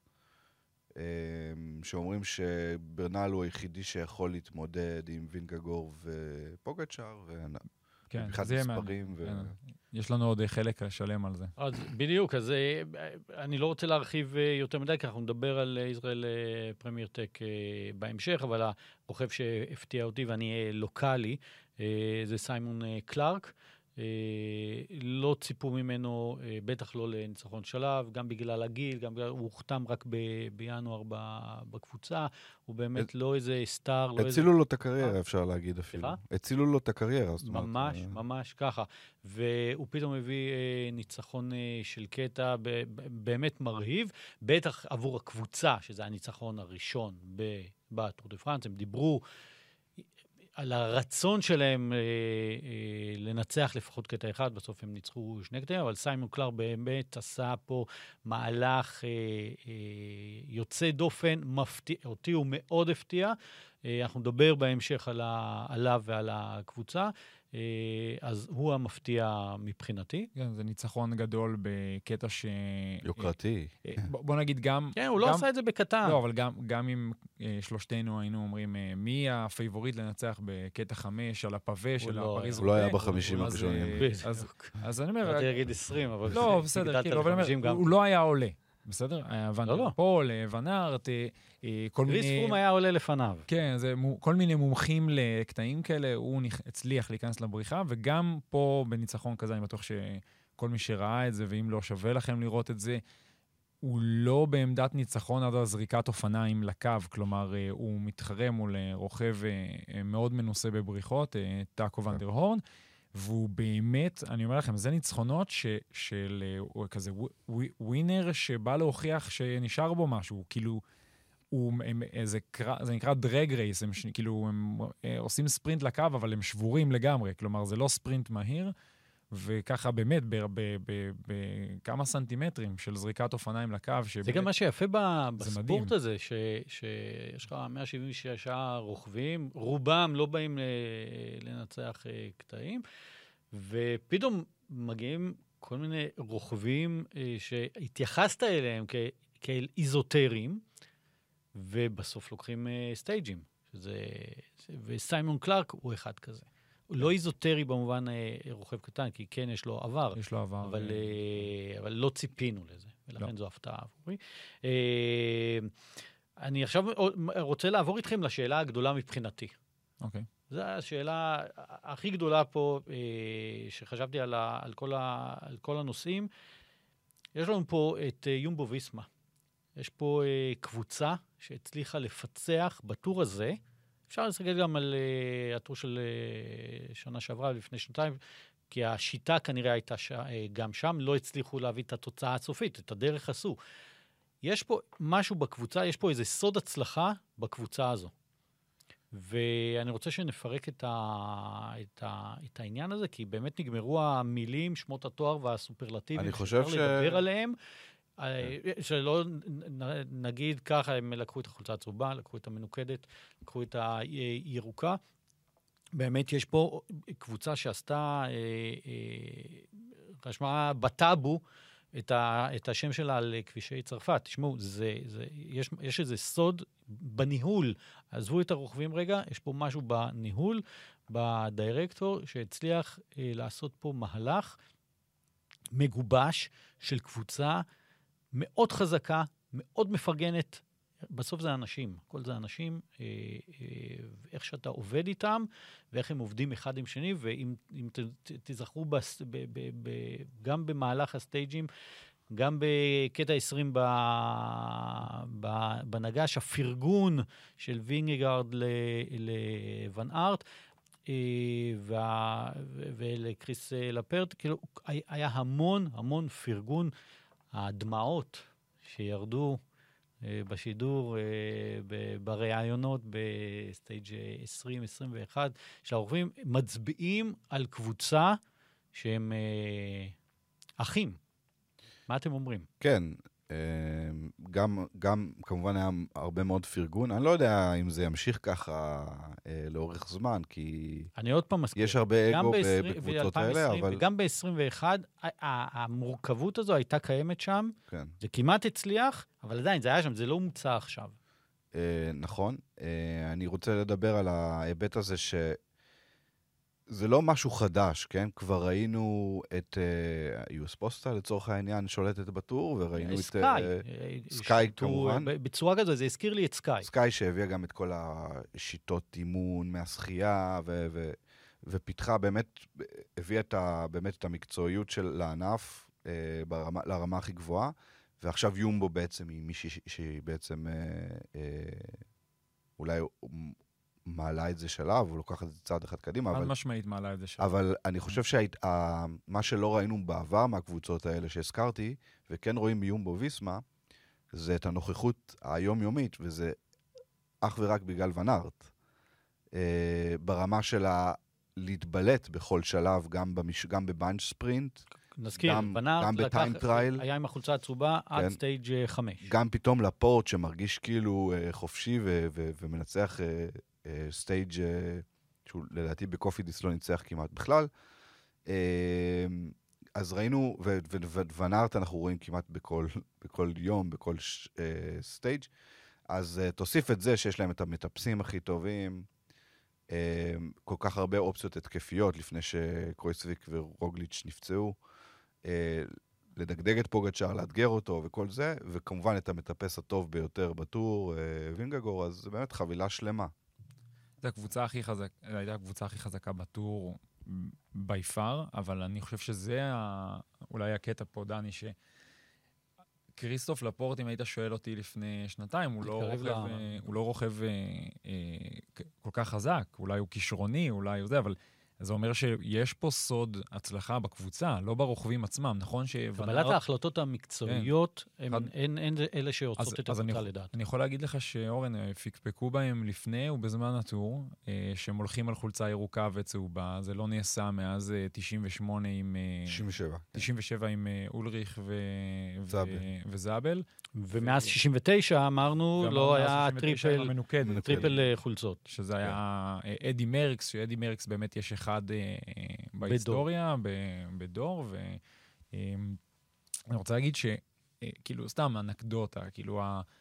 שאומרים שברנל הוא היחידי שיכול להתמודד עם וינגגור ופוגצ'אר, מבחינת מספרים. יש לנו עוד חלק שלם על זה. אז בדיוק, אז אני לא רוצה להרחיב יותר מדי, כי אנחנו נדבר על ישראל פרמייר טק בהמשך, אבל הרוכב שהפתיע אותי ואני אהיה לוקלי, זה סיימון קלארק. לא ציפו ממנו, בטח לא לניצחון שלב, גם בגלל הגיל, גם בגלל, הוא הוחתם רק בינואר בקבוצה, הוא באמת לא איזה סטאר. הצילו לו את הקריירה, אפשר להגיד אפילו. הצילו לו את הקריירה. ממש, ממש ככה. והוא פתאום הביא ניצחון של קטע באמת מרהיב, בטח עבור הקבוצה, שזה הניצחון הראשון בטור דה פרנס, הם דיברו על הרצון שלהם לנצח לפחות קטע אחד, בסוף הם ניצחו 2 קטעים, אבל סיימון קלארק באמת עשה פה מהלך יוצא דופן, מפתיע, אותי הוא מאוד הפתיע, אנחנו נדבר בהמשך עליו ועל הקבוצה, אז הוא המפתיע מבחינתי. כן, זה ניצחון גדול בקטע יוקרתי. בוא נגיד גם... כן, הוא לא עשה את זה בקטן. לא, אבל גם אם שלושתנו היינו אומרים, מי הפייבוריט לנצח בקטע 5 על הפווה של הפריז? הוא לא היה ב50 הראשונים. אז אני אומר... רציתי להגיד 20, אבל... לא, בסדר, הוא לא היה עולה. בסדר? ונדר פול, ונארט, כל מיני... ריס פרום היה עולה לפניו. כן, זה כל מיני מומחים לקטעים כאלה, הוא הצליח להיכנס לבריחה, וגם פה בניצחון כזה, אני בטוח שכל מי שראה את זה, ואם לא שווה לכם לראות את זה, הוא לא בעמדת ניצחון עד הזריקת אופניים לקו, כלומר, הוא מתחרה מול רוכב מאוד מנוסה בבריחות, טאקו ונדר הורן, והוא באמת, אני אומר לכם, זה ניצחונות של כזה ווינר שבא להוכיח שנשאר בו משהו, כאילו, זה נקרא דרג רייס, הם כאילו, הם עושים ספרינט לקו, אבל הם שבורים לגמרי, כלומר, זה לא ספרינט מהיר, וככה באמת, בכמה סנטימטרים של זריקת אופניים לקו. זה גם מה שיפה בספורט הזה, שיש לך 176 רוכבים, רובם לא באים לנצח קטעים, ופתאום מגיעים כל מיני רוכבים שהתייחסת אליהם כאל איזוטרים, ובסוף לוקחים סטייג'ים, וסיימון קלארק הוא אחד כזה. הוא לא איזוטרי במובן רוכב קטן, כי כן יש לו עבר. יש לו עבר. אבל לא ציפינו לזה, ולכן זו הפתעה עבורי. אני עכשיו רוצה לעבור איתכם לשאלה הגדולה מבחינתי. אוקיי. זו השאלה הכי גדולה פה, שחשבתי על כל הנושאים. יש לנו פה את יומבו ויסמה. יש פה קבוצה שהצליחה לפצח בטור הזה, אפשר להסתכל גם על הטור של שנה שעברה, לפני 2 כי השיטה כנראה הייתה גם שם, לא הצליחו להביא את התוצאה הסופית, את הדרך עשו. יש פה משהו בקבוצה, יש פה איזה סוד הצלחה בקבוצה הזו. ואני רוצה שנפרק את העניין הזה, כי באמת נגמרו המילים, שמות התואר והסופרלטיבים, שאפשר לדבר עליהם, שלא נגיד ככה, הם לקחו את החולצה הצהובה, לקחו את המנוקדת, לקחו את הירוקה. באמת יש פה קבוצה שעשתה, רשמה בטאבו, את השם שלה על כבישי צרפת. תשמעו, יש איזה סוד בניהול. עזבו את הרוכבים רגע, יש פה משהו בניהול, בדירקטור, שהצליח לעשות פה מהלך מגובש של קבוצה מאוד חזקה, מאוד מפרגנת. בסוף זה אנשים, כל זה אנשים, איך שאתה עובד איתם, ואיך הם עובדים אחד עם שני, ואם תזכרו גם במהלך הסטייג'ים, גם בקטע 20 בנגש, הפרגון של וינגגארד לוון ארט, ולקריס לפרט, כאילו, היה המון פרגון, הדמעות שירדו בשידור, בראיונות בסטייג' 20-21, שהרוכבים מצביעים על קבוצה שהם אחים. מה אתם אומרים? כן, גם כמובן היה הרבה מאוד פרגון. אני לא יודע אם זה ימשיך ככה לאורך זמן, כי אני עוד פעם מזכיר. יש הרבה אגו בקבוצות האלה, אבל... וגם ב-21, המורכבות הזו הייתה קיימת שם. כן. זה כמעט הצליח, אבל עדיין זה היה שם, זה לא הומצא עכשיו. נכון. אני רוצה לדבר על ההיבט הזה זה לא משהו חדש, כן? כבר ראינו את US Postal לצורך העניין שולטת בטור, וראינו את סקאי כמובן. בצורה כזו, זה הזכיר לי את סקאי. סקאי שהביאה גם את כל השיטות אימון מהשחייה, ופיתחה באמת, הביאה באמת את המקצועיות של הענף לרמה הכי גבוהה, ועכשיו יומבו בעצם היא מישהי שהיא בעצם אולי... מעלה את זה שלב, הוא לוקח את זה צעד אחד קדימה. חד משמעית מעלה את זה שלב. אבל אני חושב שמה שלא ראינו בעבר מהקבוצות האלה שהזכרתי, וכן רואים ביומבו ויסמה, זה את הנוכחות היומיומית, וזה אך ורק בגלל ון ארט. ברמה של להתבלט בכל שלב, גם בבנץ' ספרינט, נזכיר, ון ארט היה עם החולצה הצהובה עד סטייג' 5. גם פתאום לפורט שמרגיש כאילו חופשי ומנצח... סטייג' שהוא לדעתי בקופידיס לא ניצח כמעט בכלל. אז ראינו, וון ארט אנחנו רואים כמעט בכל יום, בכל סטייג'. אז תוסיף את זה שיש להם את המטפסים הכי טובים, כל כך הרבה אופציות התקפיות לפני שקרויסוויק ורוגליץ' נפצעו, לדגדג את פוגצ'אר, לאתגר אותו וכל זה, וכמובן את המטפס הטוב ביותר בטור, וינגגור, אז זה באמת חבילה שלמה. הייתה הקבוצה הכי חזקה בטור ביפר, אבל אני חושב שזה אולי הקטע פה, דני, שקריסטוף לפורט, אם היית שואל אותי לפני שנתיים, הוא לא רוכב כל כך חזק, אולי הוא כישרוני, אולי הוא זה, אבל זה אומר שיש פה סוד הצלחה בקבוצה, לא ברוכבים עצמם, נכון? קבלת ההחלטות המקצועיות, אין אלה שיוצאות את הקבוצה לדעת. אני יכול להגיד לך שאורן, פיקפקו בהם לפני ובזמן הטור, שהם הולכים על חולצה ירוקה וצהובה, זה לא נעשה מאז 98 עם... 97 עם אולריך וזאבל. ומאז 69 אמרנו, לא היה טריפל חולצות. שזה היה אדי מרקס, שאדי מרקס באמת יש אחד בהיסטוריה, בדור, ואני רוצה להגיד שכאילו סתם אנקדוטה, כאילו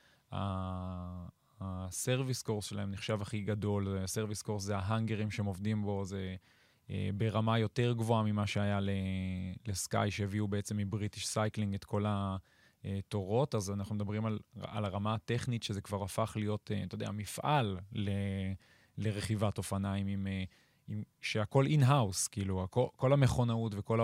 הסרוויס קורס שלהם נחשב הכי גדול, הסרוויס קורס זה ההנגרים שהם עובדים בו, זה ברמה יותר גבוהה ממה שהיה לסקאי, שהביאו בעצם מבריטיש סייקלינג את כל התורות, אז אנחנו מדברים על הרמה הטכנית, שזה כבר הפך להיות, אתה יודע, מפעל לרכיבת אופניים עם שהכל אין-האוס, כאילו, כל המכונאות וכל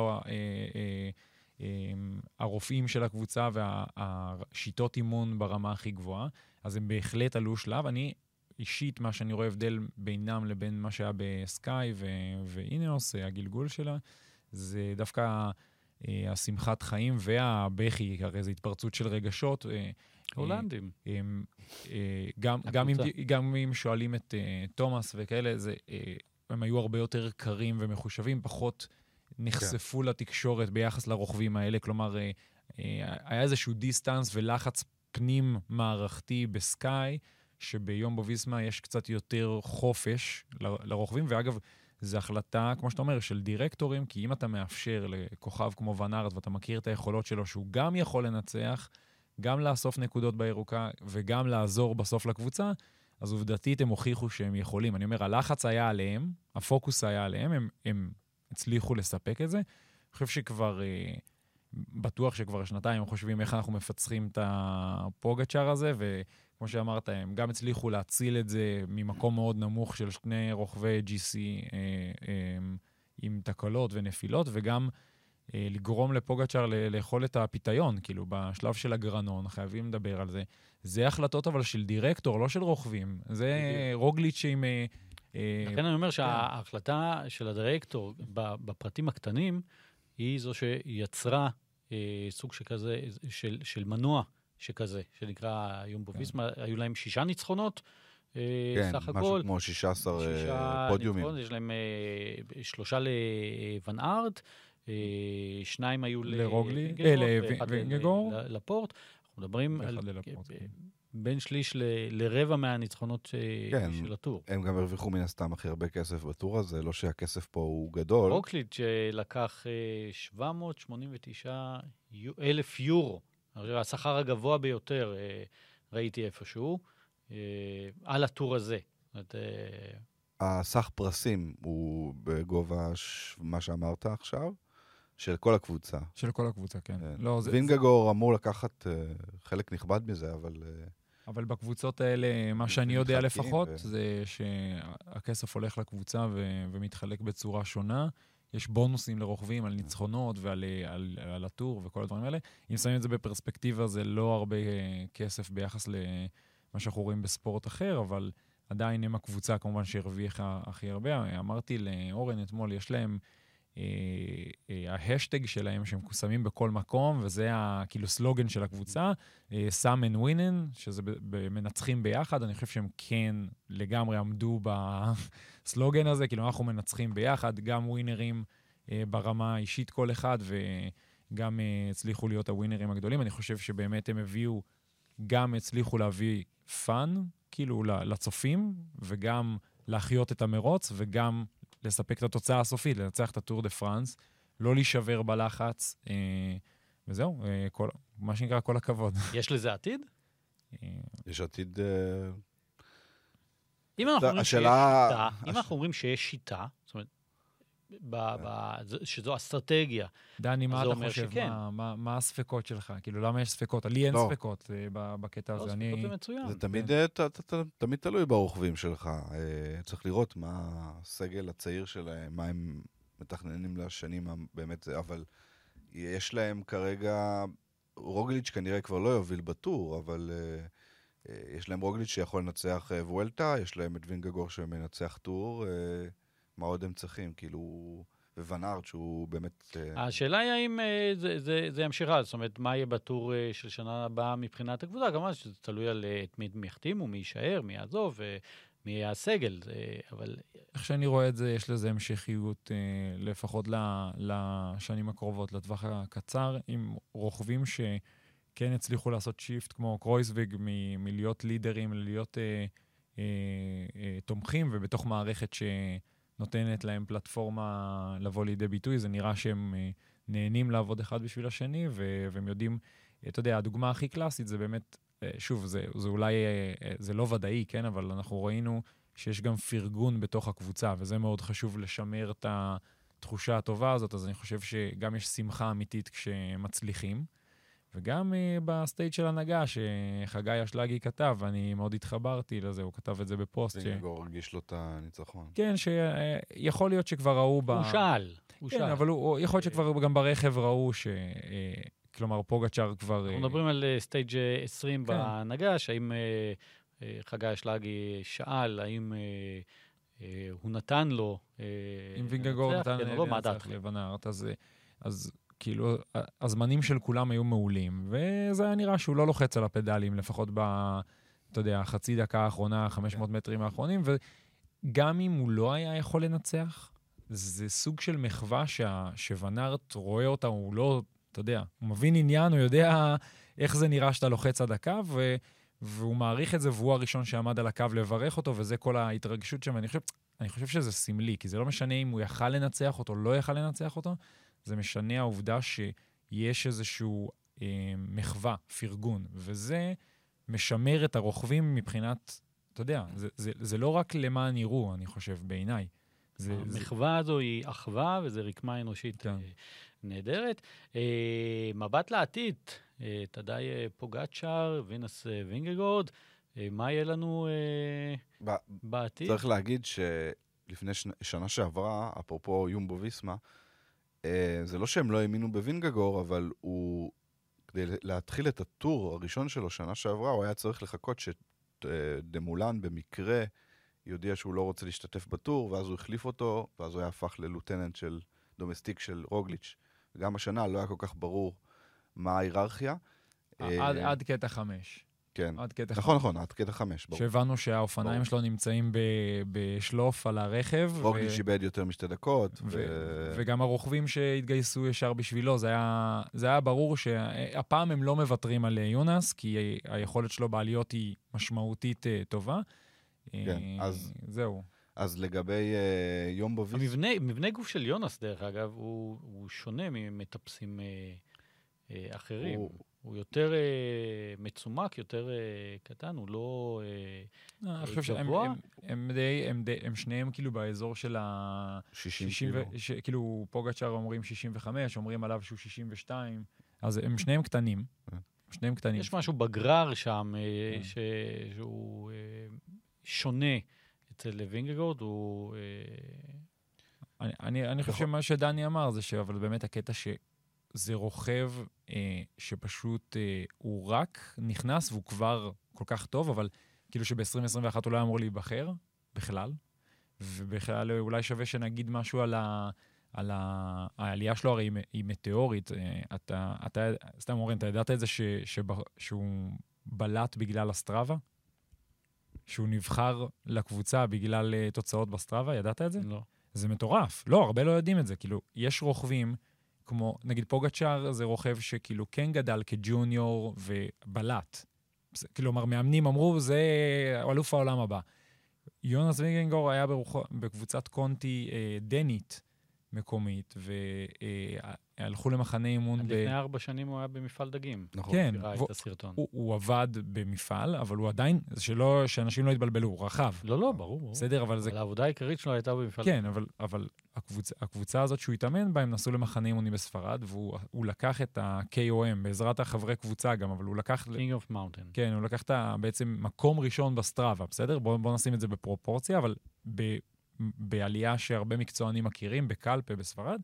הרופאים של הקבוצה והשיטות אימון ברמה הכי גבוהה, אז הם בהחלט עלו שלב. אני אישית, מה שאני רואה הבדל בינם לבין מה שהיה בסקאי ואינאוס, הגלגול שלה, זה דווקא השמחת חיים והבכי, הרי זו התפרצות של רגשות. הולנדים. גם אם שואלים את תומאס וכאלה, הם היו הרבה יותר קרים ומחושבים, פחות נחשפו לתקשורת ביחס לרוכבים האלה, כלומר, היה איזשהו דיסטנס ולחץ פנים מערכתי בסקאי, שביום ויסמה יש קצת יותר חופש לרוכבים, ואגב, זו החלטה, כמו שאתה אומר, של דירקטורים, כי אם אתה מאפשר לכוכב כמו ון ארט, ואתה מכיר את היכולות שלו, שהוא גם יכול לנצח, גם לאסוף נקודות בירוקה, וגם לעזור בסוף לקבוצה, אז עובדתית הם הוכיחו שהם יכולים. אני אומר, הלחץ היה עליהם, הפוקוס היה עליהם, הם הצליחו לספק את זה. אני חושב שכבר, בטוח שכבר שנתיים הם חושבים איך אנחנו מפצחים את הפוגצ'אר הזה, וכמו שאמרת, הם גם הצליחו להציל את זה ממקום מאוד נמוך של שני רוכבי GC עם תקלות ונפילות, וגם לגרום לפוגצ'אר לאכול את הפיתיון, כאילו בשלב של הגרנון, חייבים לדבר על זה. זה החלטות אבל של דירקטור, לא של רוכבים. זה רוגליץ' עם... לכן אני אומר שההחלטה של הדירקטור בפרטים הקטנים, היא זו שיצרה סוג שכזה, של מנוע שכזה, שנקרא יומבו ויסמה, היו להם 6 ניצחונות, כן, משהו כמו 16 פודיומים. יש להם 3 לוון ארט, 2 היו לרוגלי, לפורט. אנחנו מדברים על בין שליש לרבע מהניצחונות של הטור. הם גם הרוויחו מן הסתם הכי הרבה כסף בטור הזה, לא שהכסף פה הוא גדול. רוקליץ' לקח 789,000 יורו, השכר הגבוה ביותר, ראיתי איפשהו, על הטור הזה. הסך פרסים הוא בגובה מה שאמרת עכשיו, של כל הקבוצה. של כל הקבוצה, כן. לא, וינגגור אמור לקחת חלק נכבד מזה, אבל... אבל בקבוצות האלה, מה שאני יודע לפחות, זה שהכסף הולך לקבוצה ומתחלק בצורה שונה. יש בונוסים לרוכבים על ניצחונות ועל הטור וכל הדברים האלה. אם שמים את זה בפרספקטיבה, זה לא הרבה כסף ביחס למה שאנחנו רואים בספורט אחר, אבל עדיין הם הקבוצה, כמובן, שהרוויחה הכי הרבה. אמרתי לאורן אתמול, יש להם ההשטג שלהם שהם קוסמים בכל מקום, וזה כאילו סלוגן של הקבוצה, Some and Winning, שזה מנצחים ביחד. אני חושב שהם כן לגמרי עמדו בסלוגן הזה, כאילו אנחנו מנצחים ביחד, גם ווינרים ברמה האישית כל אחד, וגם הצליחו להיות הווינרים הגדולים. אני חושב שבאמת הם הביאו, גם הצליחו להביא פאן, כאילו לצופים, וגם להחיות את המרוץ, וגם לספק את התוצאה הסופית, לנצח את הטור דה פרנס, לא להישבר בלחץ, וזהו, מה שנקרא כל הכבוד. יש לזה עתיד? יש עתיד... אם אנחנו אומרים שיש שיטה, זאת אומרת, שזו אסטרטגיה. דני, מה אתה חושב? מה הספקות שלך? כאילו, למה יש ספקות? לי אין ספקות בקטע הזה. ספקות זה מצוין. זה תמיד תלוי ברוכבים שלך. צריך לראות מה הסגל הצעיר שלהם, מה הם מתכננים לשנים באמת, אבל יש להם כרגע, רוגליץ' כנראה כבר לא יוביל בטור, אבל יש להם רוגליץ' שיכול לנצח וולטה, יש להם את וינגגור שמנצח טור, מה עוד הם צריכים, כאילו, וונארד שהוא באמת... השאלה היא האם זה ימשיך, זאת אומרת, מה יהיה בטור של שנה הבאה מבחינת הקבוצה, כמובן שזה תלוי על את מי יחתימו, מי יישאר, מי יעזוב, מי יהיה הסגל, אבל... איך שאני רואה את זה, יש לזה המשכיות לפחות לשנים הקרובות, לטווח הקצר, עם רוכבים שכן הצליחו לעשות שיפט, כמו קרויזוויג, מלהיות לידרים, להיות תומכים, ובתוך מערכת נותנת להם פלטפורמה לבוא לידי ביטוי, זה נראה שהם נהנים לעבוד אחד בשביל השני, והם יודעים, אתה יודע, הדוגמה הכי קלאסית זה באמת, שוב, זה אולי, זה לא ודאי, כן, אבל אנחנו ראינו שיש גם פרגון בתוך הקבוצה, וזה מאוד חשוב לשמר את התחושה הטובה הזאת, אז אני חושב שגם יש שמחה אמיתית כשמצליחים, וגם בסטייט של הנהגה, שחגי אשלגי כתב, ואני מאוד התחברתי לזה, הוא כתב את זה בפוסט. וינגגור הרגיש לו את הניצחון. כן, שיכול להיות שכבר ראו הוא שאל. כן, אבל יכול להיות שכבר גם ברכב ראו כלומר, פוגצ'אר כבר... אנחנו מדברים על סטייג' 20 בהנהגה, שהאם חגי אשלגי שאל, האם הוא נתן לו... אם וינגגור נתן לנצח לוונארט, אז... כאילו, הזמנים של כולם היו מעולים, וזה היה נראה שהוא לא לוחץ על הפדלים, לפחות אתה יודע, חצי דקה האחרונה, 500 מטרים האחרונים, וגם אם הוא לא היה יכול לנצח, זה סוג של מחווה שוונארט רואה אותה, הוא לא, אתה יודע, הוא מבין עניין, הוא יודע איך זה נראה שאתה לוחץ עד הקו, והוא מעריך את זה, והוא הראשון שעמד על הקו לברך אותו, וזה כל ההתרגשות שם, אני חושב שזה סמלי, כי זה לא משנה אם הוא יכל לנצח אותו, לא יכל לנצח אותו, זה משנה העובדה שיש איזשהו מחווה, פרגון, וזה משמר את הרוכבים מבחינת, אתה יודע, זה לא רק למען יראו, אני חושב, בעיניי. המחווה הזו היא אחווה, וזה רקמה אנושית נהדרת. מבט לעתיד, תדעי פוגצ'אר, וינס וינגגורד, מה יהיה לנו בעתיד? צריך להגיד שלפני שנה שעברה, אפרופו יומבו ויסמה, זה לא שהם לא האמינו בווינגגור, אבל הוא, כדי להתחיל את הטור הראשון שלו שנה שעברה, הוא היה צריך לחכות שדמולן במקרה יודיע שהוא לא רוצה להשתתף בטור, ואז הוא החליף אותו, ואז הוא היה הפך ללוטננט של דומסטיק של רוגליץ'. גם השנה לא היה כל כך ברור מה ההיררכיה. עד קטע 5. כן. עד קטע נכון, עד קטע 5, ברור. שהבנו שהאופניים שלו נמצאים בשלוף על הרכב. רוגליץ' איבד יותר משתי דקות. וגם הרוכבים שהתגייסו ישר בשבילו, זה היה ברור שהפעם הם לא מוותרים על יונס, כי היכולת שלו בעליות היא משמעותית טובה. כן, אז... זהו. אז לגבי יום בוויס... מבנה גוף של יונס, דרך אגב, הוא שונה ממטפסים אחרים. הוא יותר מצומק, יותר קטן, הוא לא אני חושב שהם שניהם כאילו באזור של ה... 60 קילו. כאילו פוגצ'אר אומרים 65, אומרים עליו שהוא 62, אז הם שניהם קטנים. שניהם קטנים. יש משהו בגרר שם שהוא שונה אצל וינגגורד, הוא... אני חושב שמה שדני אמר זה אבל באמת הקטע שזה רוכב שפשוט הוא רק נכנס והוא כבר כל כך טוב, אבל כאילו שב-2021 הוא לא אמור להיבחר בכלל, ובכלל אולי שווה שנגיד משהו על העלייה שלו, הרי היא מטאורית. אתה סתם אורן, אתה ידעת את זה שהוא בלט בגלל הסטרבה? שהוא נבחר לקבוצה בגלל תוצאות בסטרבה? ידעת את זה? לא. זה מטורף. לא, הרבה לא יודעים את זה. כאילו, יש רוכבים, כמו, נגיד פוגצ'אר זה רוכב שכאילו כן גדל כג'וניור ובלט. כלומר, מאמנים אמרו, זה אלוף העולם הבא. יונס וינגגורד היה בקבוצת קונטי דנית מקומית, והלכו למחנה אימון... לפני 4 שנים הוא היה במפעל דגים. נכון. כן. את הסרטון. הוא עבד במפעל, אבל הוא עדיין, שאנשים לא התבלבלו, הוא רחב. לא, ברור. בסדר, אבל זה... אבל העבודה העיקרית שלו הייתה במפעל. כן, אבל הקבוצה הזאת שהוא התאמן בה, הם נסעו למחנה אימונים בספרד, והוא לקח את ה-KOM, בעזרת החברי קבוצה גם, אבל הוא לקח... King of Mountain. כן, הוא לקח בעצם מקום ראשון בסטרבה, בסדר? בוא נשים את זה בפרופורציה, אבל בעלייה שהרבה מקצוענים מכירים, בקלפה, בספרד,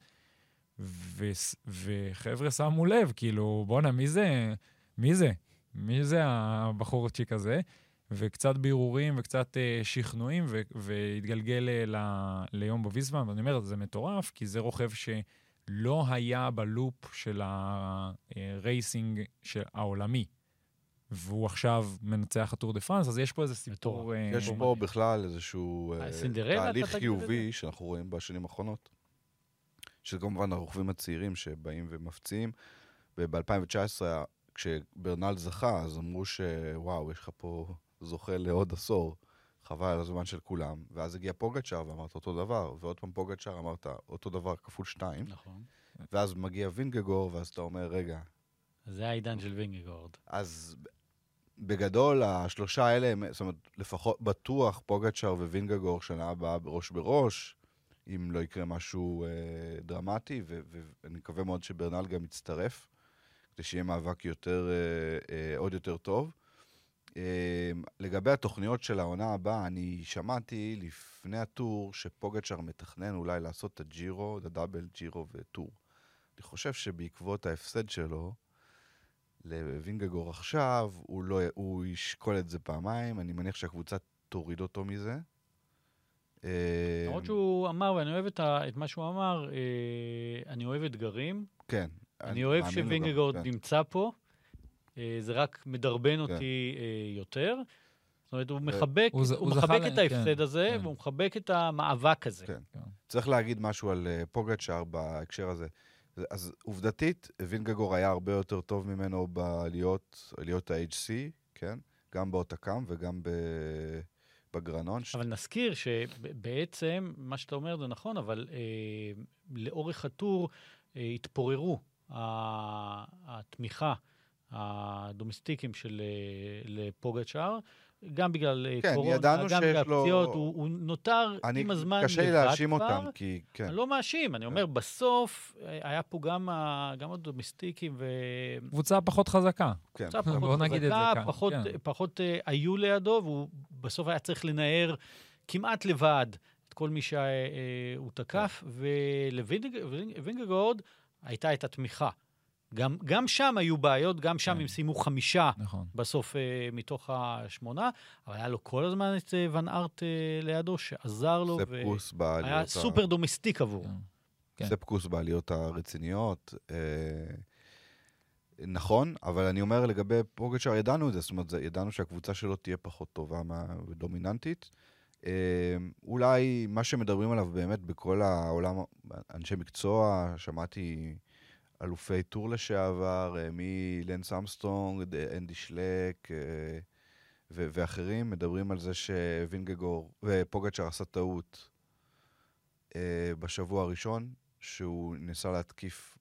וחבר'ה שמו לב, כאילו, בוא'נה, מי זה הבחורצ'יק הזה? וקצת בירורים וקצת שכנועים, והתגלגל ליום בוויסבן, ואני אומר, זה מטורף, כי זה רוכב שלא היה בלופ של הרייסינג העולמי, והוא עכשיו מנצח הטור דה פרנס, אז יש פה איזה סיפור... יש פה בכלל איזשהו תהליך חיובי שאנחנו רואים בשנים האחרונות, שכמובן הרוכבים הצעירים שבאים ומפציעים, וב-2019, כשברנל זכה, אז אמרו שוואו, יש לך פה זוכה לעוד עשור, חבל על הזמן של כולם, ואז הגיע פוגצ'אר ואמרת אותו דבר, ועוד פעם פוגצ'אר אמרת אותו דבר כפול 2, נכון. ואז מגיע וינגגורד, ואז אתה אומר, רגע. זה העידן של וינגגורד. אז בגדול, השלושה האלה, זאת אומרת, לפחות בטוח פוגצ'אר ווינגגורד שנה הבאה בראש בראש, אם לא יקרה משהו דרמטי, ואני מקווה מאוד שברנל גם יצטרף, כדי שיהיה מאבק עוד יותר טוב. לגבי התוכניות של העונה הבאה, אני שמעתי לפני הטור שפוגצ'אר מתכנן אולי לעשות את הג'ירו, את הדאבל ג'ירו וטור. אני חושב שבעקבות ההפסד שלו, לווינגגורד עכשיו, הוא ישקול את זה פעמיים, אני מניח שהקבוצה תוריד אותו מזה. למרות שהוא אמר, ואני אוהב את מה שהוא אמר, אני אוהב אתגרים. כן. אני אוהב שווינגגורד נמצא פה, זה רק מדרבן אותי יותר. זאת אומרת, הוא מחבק את ההפסד הזה, והוא מחבק את המאבק הזה. צריך להגיד משהו על פוגצ'אר בהקשר הזה. אז עובדתית, וינגגורד היה הרבה יותר טוב ממנו בעליות ה-HC, כן? גם באוטקאם וגם בגרנון. אבל נזכיר שבעצם, מה שאתה אומר זה נכון, אבל לאורך הטור התפוררו התמיכה, הדומסטיקים של לפוגצ'אר, גם בגלל קורונה, גם בגלל פציעות, הוא נותר עם הזמן לבד כבר. קשה לי להאשים אותם, כי כן. אני לא מאשים, אני אומר, בסוף היה פה גם הדומסטיקים קבוצה פחות חזקה. קבוצה פחות חזקה, פחות היו לידו, והוא בסוף היה צריך לנער כמעט לבד את כל מי שהוא תקף, ולווינגגורד הייתה את התמיכה. גם שם היו בעיות, גם שם הם סיימו 5 בסוף מתוך 8, אבל היה לו כל הזמן את ון ארט לידו, שעזר לו, והיה סופר דומסטיק עבור. ספקוס בעליות הרציניות. נכון, אבל אני אומר לגבי פוגצ'אר, ידענו את זה, זאת אומרת, ידענו שהקבוצה שלו תהיה פחות טובה ודומיננטית. אולי מה שמדברים עליו באמת בכל העולם, אנשי מקצוע, שמעתי אלופי טור לשעבר, מלנס אמסטרונג, אנדי שלק ואחרים, מדברים על זה שווינגגור ופוגצ'אר עשה טעות בשבוע הראשון, שהוא ניסה להתקיף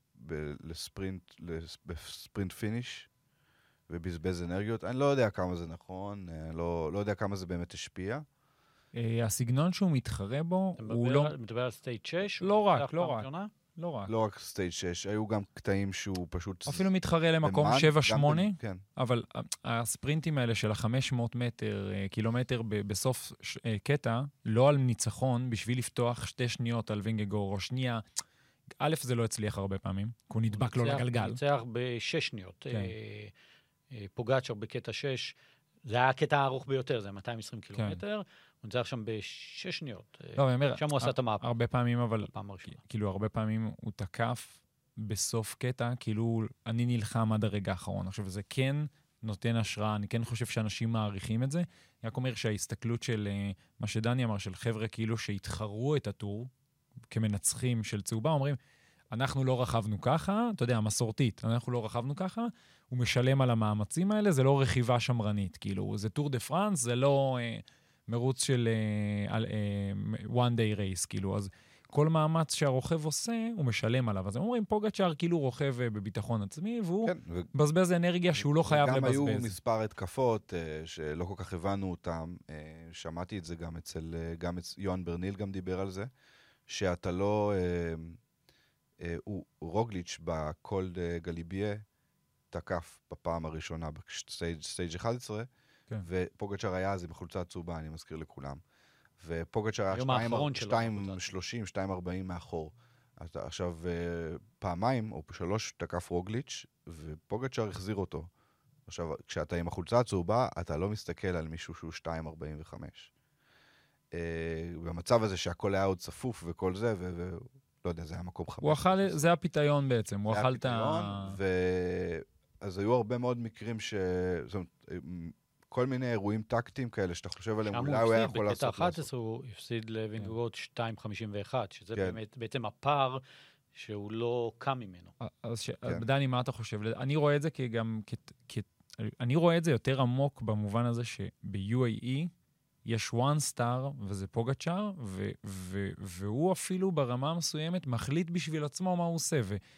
בספרינט פיניש, ובזבז אנרגיות. אני לא יודע כמה זה נכון, לא יודע כמה זה באמת השפיע. הסגנון שהוא מתחרה בו, הוא לא... אתה מדבר על סטייג' 6? לא רק. לא רק סטייג' 6, היו גם קטעים שהוא פשוט... אפילו מתחרה למקום 7-8, כן. אבל הספרינטים האלה של ה-500 מטר, קילומטר בסוף קטע, לא על ניצחון, בשביל לפתוח 2 שניות על וינגגור או שנייה, א', זה לא הצליח הרבה פעמים, כי הוא נדבק לו לגלגל. הוא ניצח ב6 שניות. פוגצ'אר בקטע 6, זה היה הקטע הארוך ביותר, זה 220 קילומטר, הוא ניצח שם ב6 שניות. שם הוא עשה את המאפ. הרבה פעמים, אבל בפעם הראשונה. כאילו הרבה פעמים הוא תקף בסוף קטע, כאילו אני נלחם עד הרגע האחרון. עכשיו, זה כן נותן השראה, אני כן חושב שאנשים מעריכים את זה. אני רק אומר שההסתכלות של מה שדני אמר, של חבר'ה כאילו שהתחרו את הטור, כמנצחים של צהובה, אומרים, אנחנו לא רכבנו ככה, אתה יודע, מסורתית, אנחנו לא רכבנו ככה, הוא משלם על המאמצים האלה, זה לא רכיבה שמרנית, כאילו, זה טור דה פרנס, זה לא מרוץ של one day race, כאילו, אז כל מאמץ שהרוכב עושה, הוא משלם עליו. אז הם אומרים, פוגצ'אר כאילו רוכב בביטחון עצמי, והוא בזבז אנרגיה שהוא לא חייב לבזבז. גם היו מספר התקפות שלא כל כך הבנו אותם, שמעתי את זה גם יוהאן ברניל גם דיבר על זה, שאתה לא... רוגליץ' בקולד גליביה תקף בפעם הראשונה בסטייג' 11, כן. ופוגצ'אר היה אז עם החולצה הצהובה, אני מזכיר לכולם. ופוגצ'אר היה 2.30, 2.40 מאחור. עכשיו, פעמיים או 3 תקף רוגליץ', ופוגצ'אר החזיר אותו. עכשיו, כשאתה עם החולצה הצהובה, אתה לא מסתכל על מישהו שהוא 2.45. במצב הזה שהכל היה עוד צפוף וכל זה, לא יודע, זה היה מקום 5. הוא אכל, זה הפיתיון בעצם, הוא אכל את ה... אז היו הרבה מאוד מקרים זאת אומרת, כל מיני אירועים טקטיים כאלה שאתה חושב עליהם, אולי הוא היה יכול לעשות. בקטע 11 הוא הפסיד לווינגגורד 2.51, שזה בעצם הפער שהוא לא קם ממנו. אז דני, מה אתה חושב? אני רואה את זה אני רואה את זה יותר עמוק במובן הזה שב-UAE יש one star, וזה פוגצ'אר, והוא אפילו ברמה המסוימת מחליט בשביל עצמו מה הוא עושה.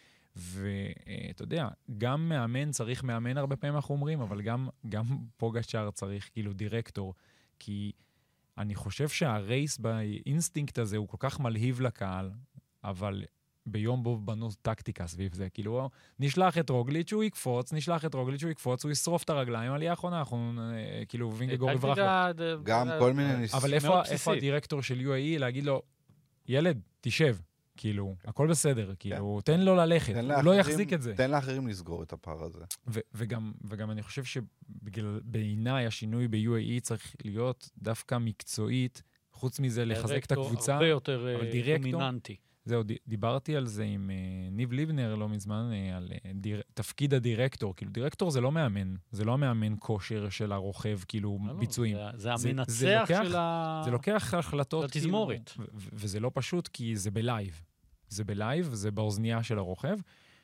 ואתה יודע, גם מאמן צריך מאמן הרבה פעמים אנחנו אומרים, אבל גם פוגצ'אר צריך כאילו דירקטור, כי אני חושב שהרייס באינסטינקט הזה הוא כל כך מלהיב לקהל, אבל ביום בו בנו טקטיקה סביב זה, כאילו נשלח את רוגליץ' הוא יקפוץ, הוא ישרוף את הרגליים, עלייה האחרונה, אנחנו כאילו וינגגור יברח לו. גם כל מיני ניסים. אבל איפה הדירקטור של UAE להגיד לו, ילד, תשב. כאילו, הכל בסדר, כאילו, תן לו ללכת, הוא לא יחזיק את זה. תן לאחרים לסגור את הפער הזה. וגם אני חושב שבעיניי השינוי ב-UAE צריך להיות דווקא מקצועית, חוץ מזה לחזק את הקבוצה. הרבה יותר דומיננטי. זהו, דיברתי על זה עם ניב ליבנר לא מזמן, על תפקיד הדירקטור. כאילו, דירקטור זה לא מאמן, זה לא מאמן כושר של הרוכב, כאילו, ביצועים. זה המנצח של זה לוקח החלטות. התזמורת. וזה לא פשוט, כי זה בלייב. זה בלייב, זה באוזנייה של הרוכב,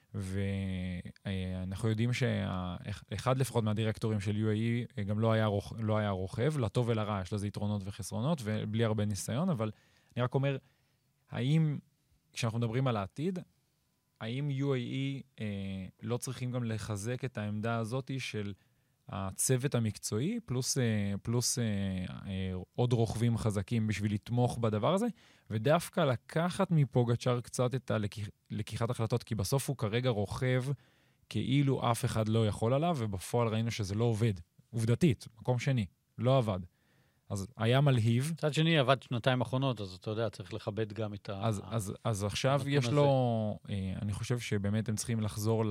ואנחנו יודעים שאחד לפחות מהדירקטורים של UAE גם לא היה רוכב, לטוב ולרע, יש לזה יתרונות וחסרונות, ובלי הרבה ניסיון, אבל אני רק אומר, האם כשאנחנו מדברים על העתיד, האם UAE לא צריכים גם לחזק את העמדה הזאת של הצוות המקצועי, פלוס עוד רוכבים חזקים בשביל לתמוך בדבר הזה, ודווקא לקחת מפוגצ'אר קצת את לקיחת החלטות, כי בסוף הוא כרגע רוכב כאילו אף אחד לא יכול עליו, ובפועל ראינו שזה לא עובד. עובדתית, מקום שני, לא עבד. אז היה מלהיב. צד שני, עבד 2 אחרונות, אז אתה יודע, צריך לכבד גם את אז עכשיו יש לו, אני חושב שבאמת הם צריכים לחזור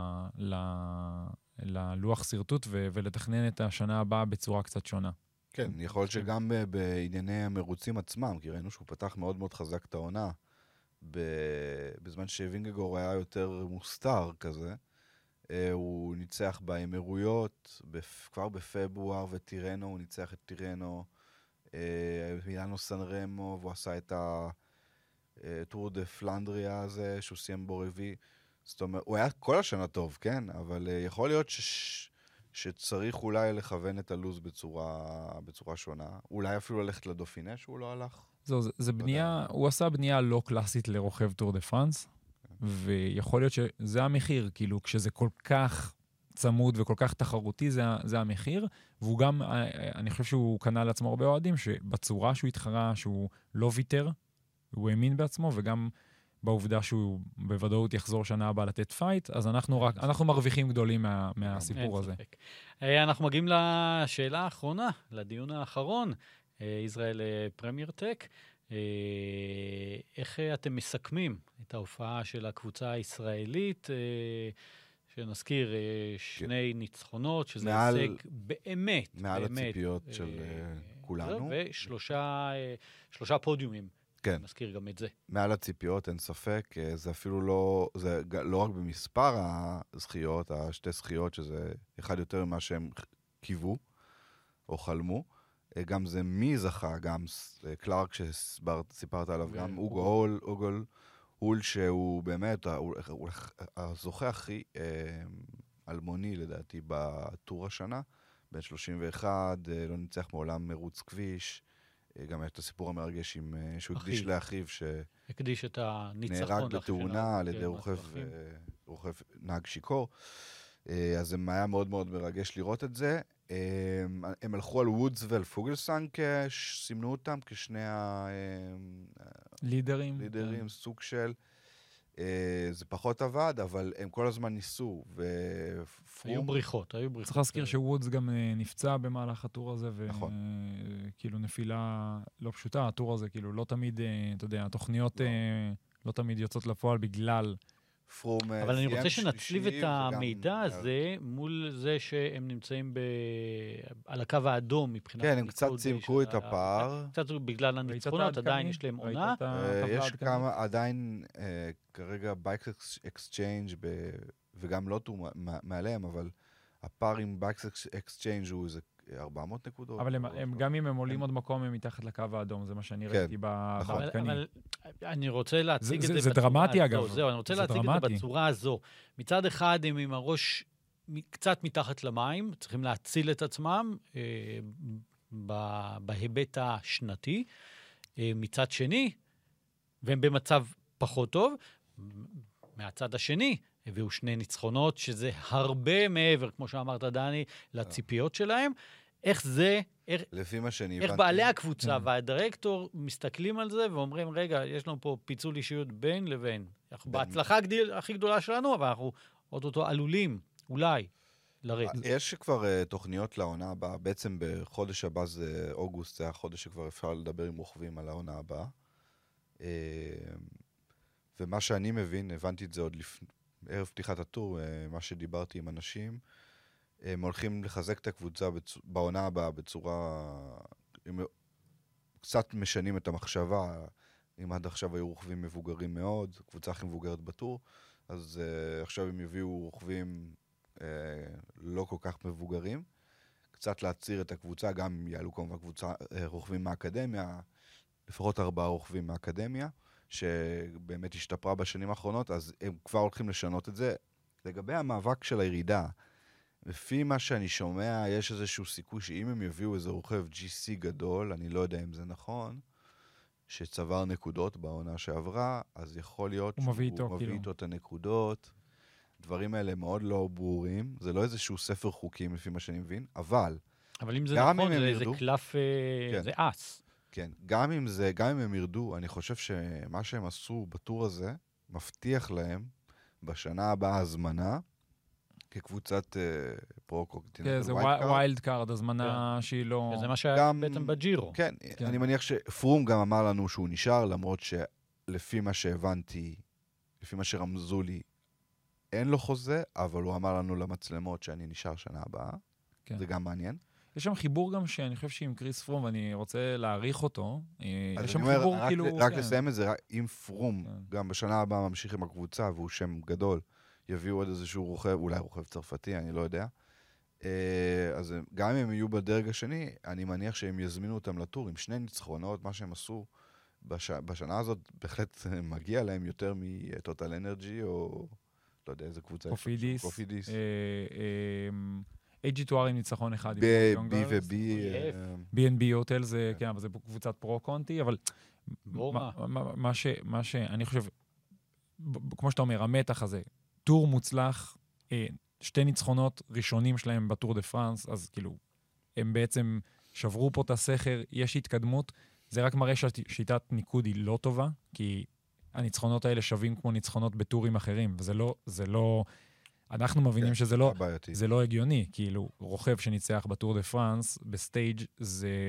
ללוח סרטוט ולתכנן את השנה הבאה בצורה קצת שונה. כן, יכול להיות שגם בענייני המרוצים עצמם, כי ראינו שהוא פתח מאוד מאוד חזק את העונה, בזמן שווינגגור היה יותר מוסתר כזה, הוא ניצח באמירויות, כבר בפברואר, וטירנו, הוא ניצח את טירנו, מילאנו סן רמו, והוא עשה את הטור דה פלנדריה הזה, שהוא סיים בו רביעי. זאת אומרת, הוא היה כל השנה טוב, כן? אבל יכול להיות שצריך אולי לכוון את הלוז בצורה שונה. אולי אפילו ללכת לדופינה שהוא לא הלך. זה בנייה, הוא עשה בנייה לא קלאסית לרוכב טור דה פרנס, ויכול להיות שזה המחיר, כאילו, כשזה כל כך צמוד וכל כך תחרותי, זה המחיר, והוא גם, אני חושב שהוא קנה לעצמו הרבה אוהדים, שבצורה שהוא התחרה, שהוא לא ויתר, הוא האמין בעצמו, וגם בעובדה שהוא בוודאות יחזור שנה הבאה לתת פייט, אז אנחנו מרוויחים גדולים מהסיפור הזה. אנחנו מגיעים לשאלה האחרונה, לדיון האחרון, ישראל פרמייר טק. איך אתם מסכמים את ההופעה של הקבוצה הישראלית, שנזכיר שני ניצחונות, שזה הישג באמת, מעל הציפיות של כולנו. ושלושה פודיומים. כן. נזכיר גם את זה. מעל הציפיות, אין ספק. זה אפילו לא, זה לא רק במספר הזכיות, השתי זכיות, שזה אחד יותר ממה שהם קיוו או חלמו. גם זה מי זכה, גם קלארק שסיפרת עליו, גם אוגו הול, שהוא באמת הזוכה הכי אלמוני לדעתי בטור השנה, בן 31, לא ניצח מעולם מרוץ כביש, גם יש את הסיפור המרגש שהוא הקדיש לאחיו, הקדיש את הניצחון. נהרג בתאונה על ידי רוכב נהג שיקור. אז זה היה מאוד מאוד מרגש לראות את זה. הם הלכו על וודס ועל פוגלסנג, סימנו אותם כשני לידרים, סוג של. זה פחות עבד, אבל הם כל הזמן ניסו. היו בריחות. צריך להזכיר שוודס גם נפצע במהלך הטור הזה, וכאילו נפילה לא פשוטה. הטור הזה כאילו לא תמיד, אתה יודע, התוכניות לא תמיד יוצאות לפועל בגלל... אבל אני רוצה שנצליב את המידע הזה מול זה שהם נמצאים על הקו האדום מבחינת... כן, הם קצת צימקו את הפער. קצת בגלל הניצחונות, עדיין יש להם עונה. יש כמה, עדיין כרגע בייקס אקסצ'יינג' וגם לא טור מעליהם, אבל הפער עם בייקס אקסצ'יינג' הוא איזה 400 נקודות. אבל גם אם הם עולים עוד מקום, הם מתחת לקו האדום, זה מה שאני ראיתי בעדכנים. אבל אני רוצה להציג את זה זה דרמטי אגב. זהו, אני רוצה להציג את זה בצורה הזו. מצד אחד, הם עם הראש קצת מתחת למים, צריכים להציל את עצמם בהיבט השנתי. מצד שני, והם במצב פחות טוב, מהצד השני, הביאו שני ניצחונות, שזה הרבה מעבר, כמו שאמרת, דני, לציפיות שלהם. איך זה, לפי מה שאני איך בעלי הקבוצה והדירקטור מסתכלים על זה ואומרים, רגע, יש לנו פה פיצול אישיות בין לבין. אנחנו בהצלחה הכי גדולה שלנו, אבל אנחנו אותו עלולים, אולי, לרד. יש כבר תוכניות לעונה הבאה, בעצם בחודש הבא זה אוגוסט, זה החודש שכבר אפשר לדבר עם רוכבים על העונה הבאה. ומה שאני מבין, הבנתי את זה עוד ערב פתיחת הטור, מה שדיברתי עם אנשים, הם הולכים לחזק את הקבוצה בעונה הבאה בצורה, הם קצת משנים את המחשבה, אם עד עכשיו היו רוכבים מבוגרים מאוד, קבוצה הכי מבוגרת בטור, אז עכשיו הם יביאו רוכבים לא כל כך מבוגרים, קצת להציר את הקבוצה, גם יעלו כמובן רוכבים מהאקדמיה, לפחות 4 רוכבים מהאקדמיה, שבאמת השתפרה בשנים האחרונות, אז הם כבר הולכים לשנות את זה. לגבי המאבק של הירידה, לפי מה שאני שומע, יש איזשהו סיכוי שאם הם יביאו איזה רוכב GC גדול, אני לא יודע אם זה נכון, שצבר נקודות בעונה שעברה, אז יכול להיות שהוא מביא איתו את הנקודות. דברים האלה מאוד לא ברורים. זה לא איזשהו ספר חוקים לפי מה שאני מבין, אבל אם זה נכון, זה קלף, זה אס. כן, גם אם הם ירדו, אני חושב שמה שהם עשו בטור הזה, מבטיח להם בשנה הבאה הזמנה, כקבוצת פרו-קונטיננטל. כן, זה ווילד קארד, הזמנה שהיא לא... זה מה שהיה בעצם בג'ירו. כן, אני מניח שפרום גם אמר לנו שהוא נשאר, למרות שלפי מה שהבנתי, לפי מה שרמזו לי, אין לו חוזה, אבל הוא אמר לנו למצלמות שאני נשאר שנה הבאה. זה גם מעניין. יש שם חיבור גם שאני חושב שעם קריס פרום, ואני רוצה להעריך אותו. יש שם חיבור כאילו... רק לסיים את זה, אם פרום גם בשנה הבאה ממשיך עם הקבוצה, והוא שם גדול, יביאו עוד איזשהו רוכב, אולי רוכב צרפתי, אני לא יודע. אז גם אם הם יהיו בדרג השני, אני מניח שהם יזמינו אותם לטור עם 2 ניצחונות, מה שהם עשו בשנה הזאת, בהחלט מגיע להם יותר מטוטל אנרג'י, או לא יודע איזה קבוצה. קופידיס. AG2R עם ניצחון אחד. B ו-B. B&B הוטל זה, כן, אבל זה קבוצת פרו-קונטי, אבל מה שאני חושב, כמו שאתה אומר, המתח הזה, טור מוצלח, 2 ניצחונות ראשונים שלהם בטור דה פרנס, אז כאילו, הם בעצם שברו פה את הסכר, יש התקדמות, זה רק מראה שהשיטת ניקוד היא לא טובה, כי הניצחונות האלה שווים כמו ניצחונות בטורים אחרים, וזה לא, אנחנו מבינים שזה לא הגיוני, כאילו, רוכב שניצח בטור דה פרנס, בסטייג' זה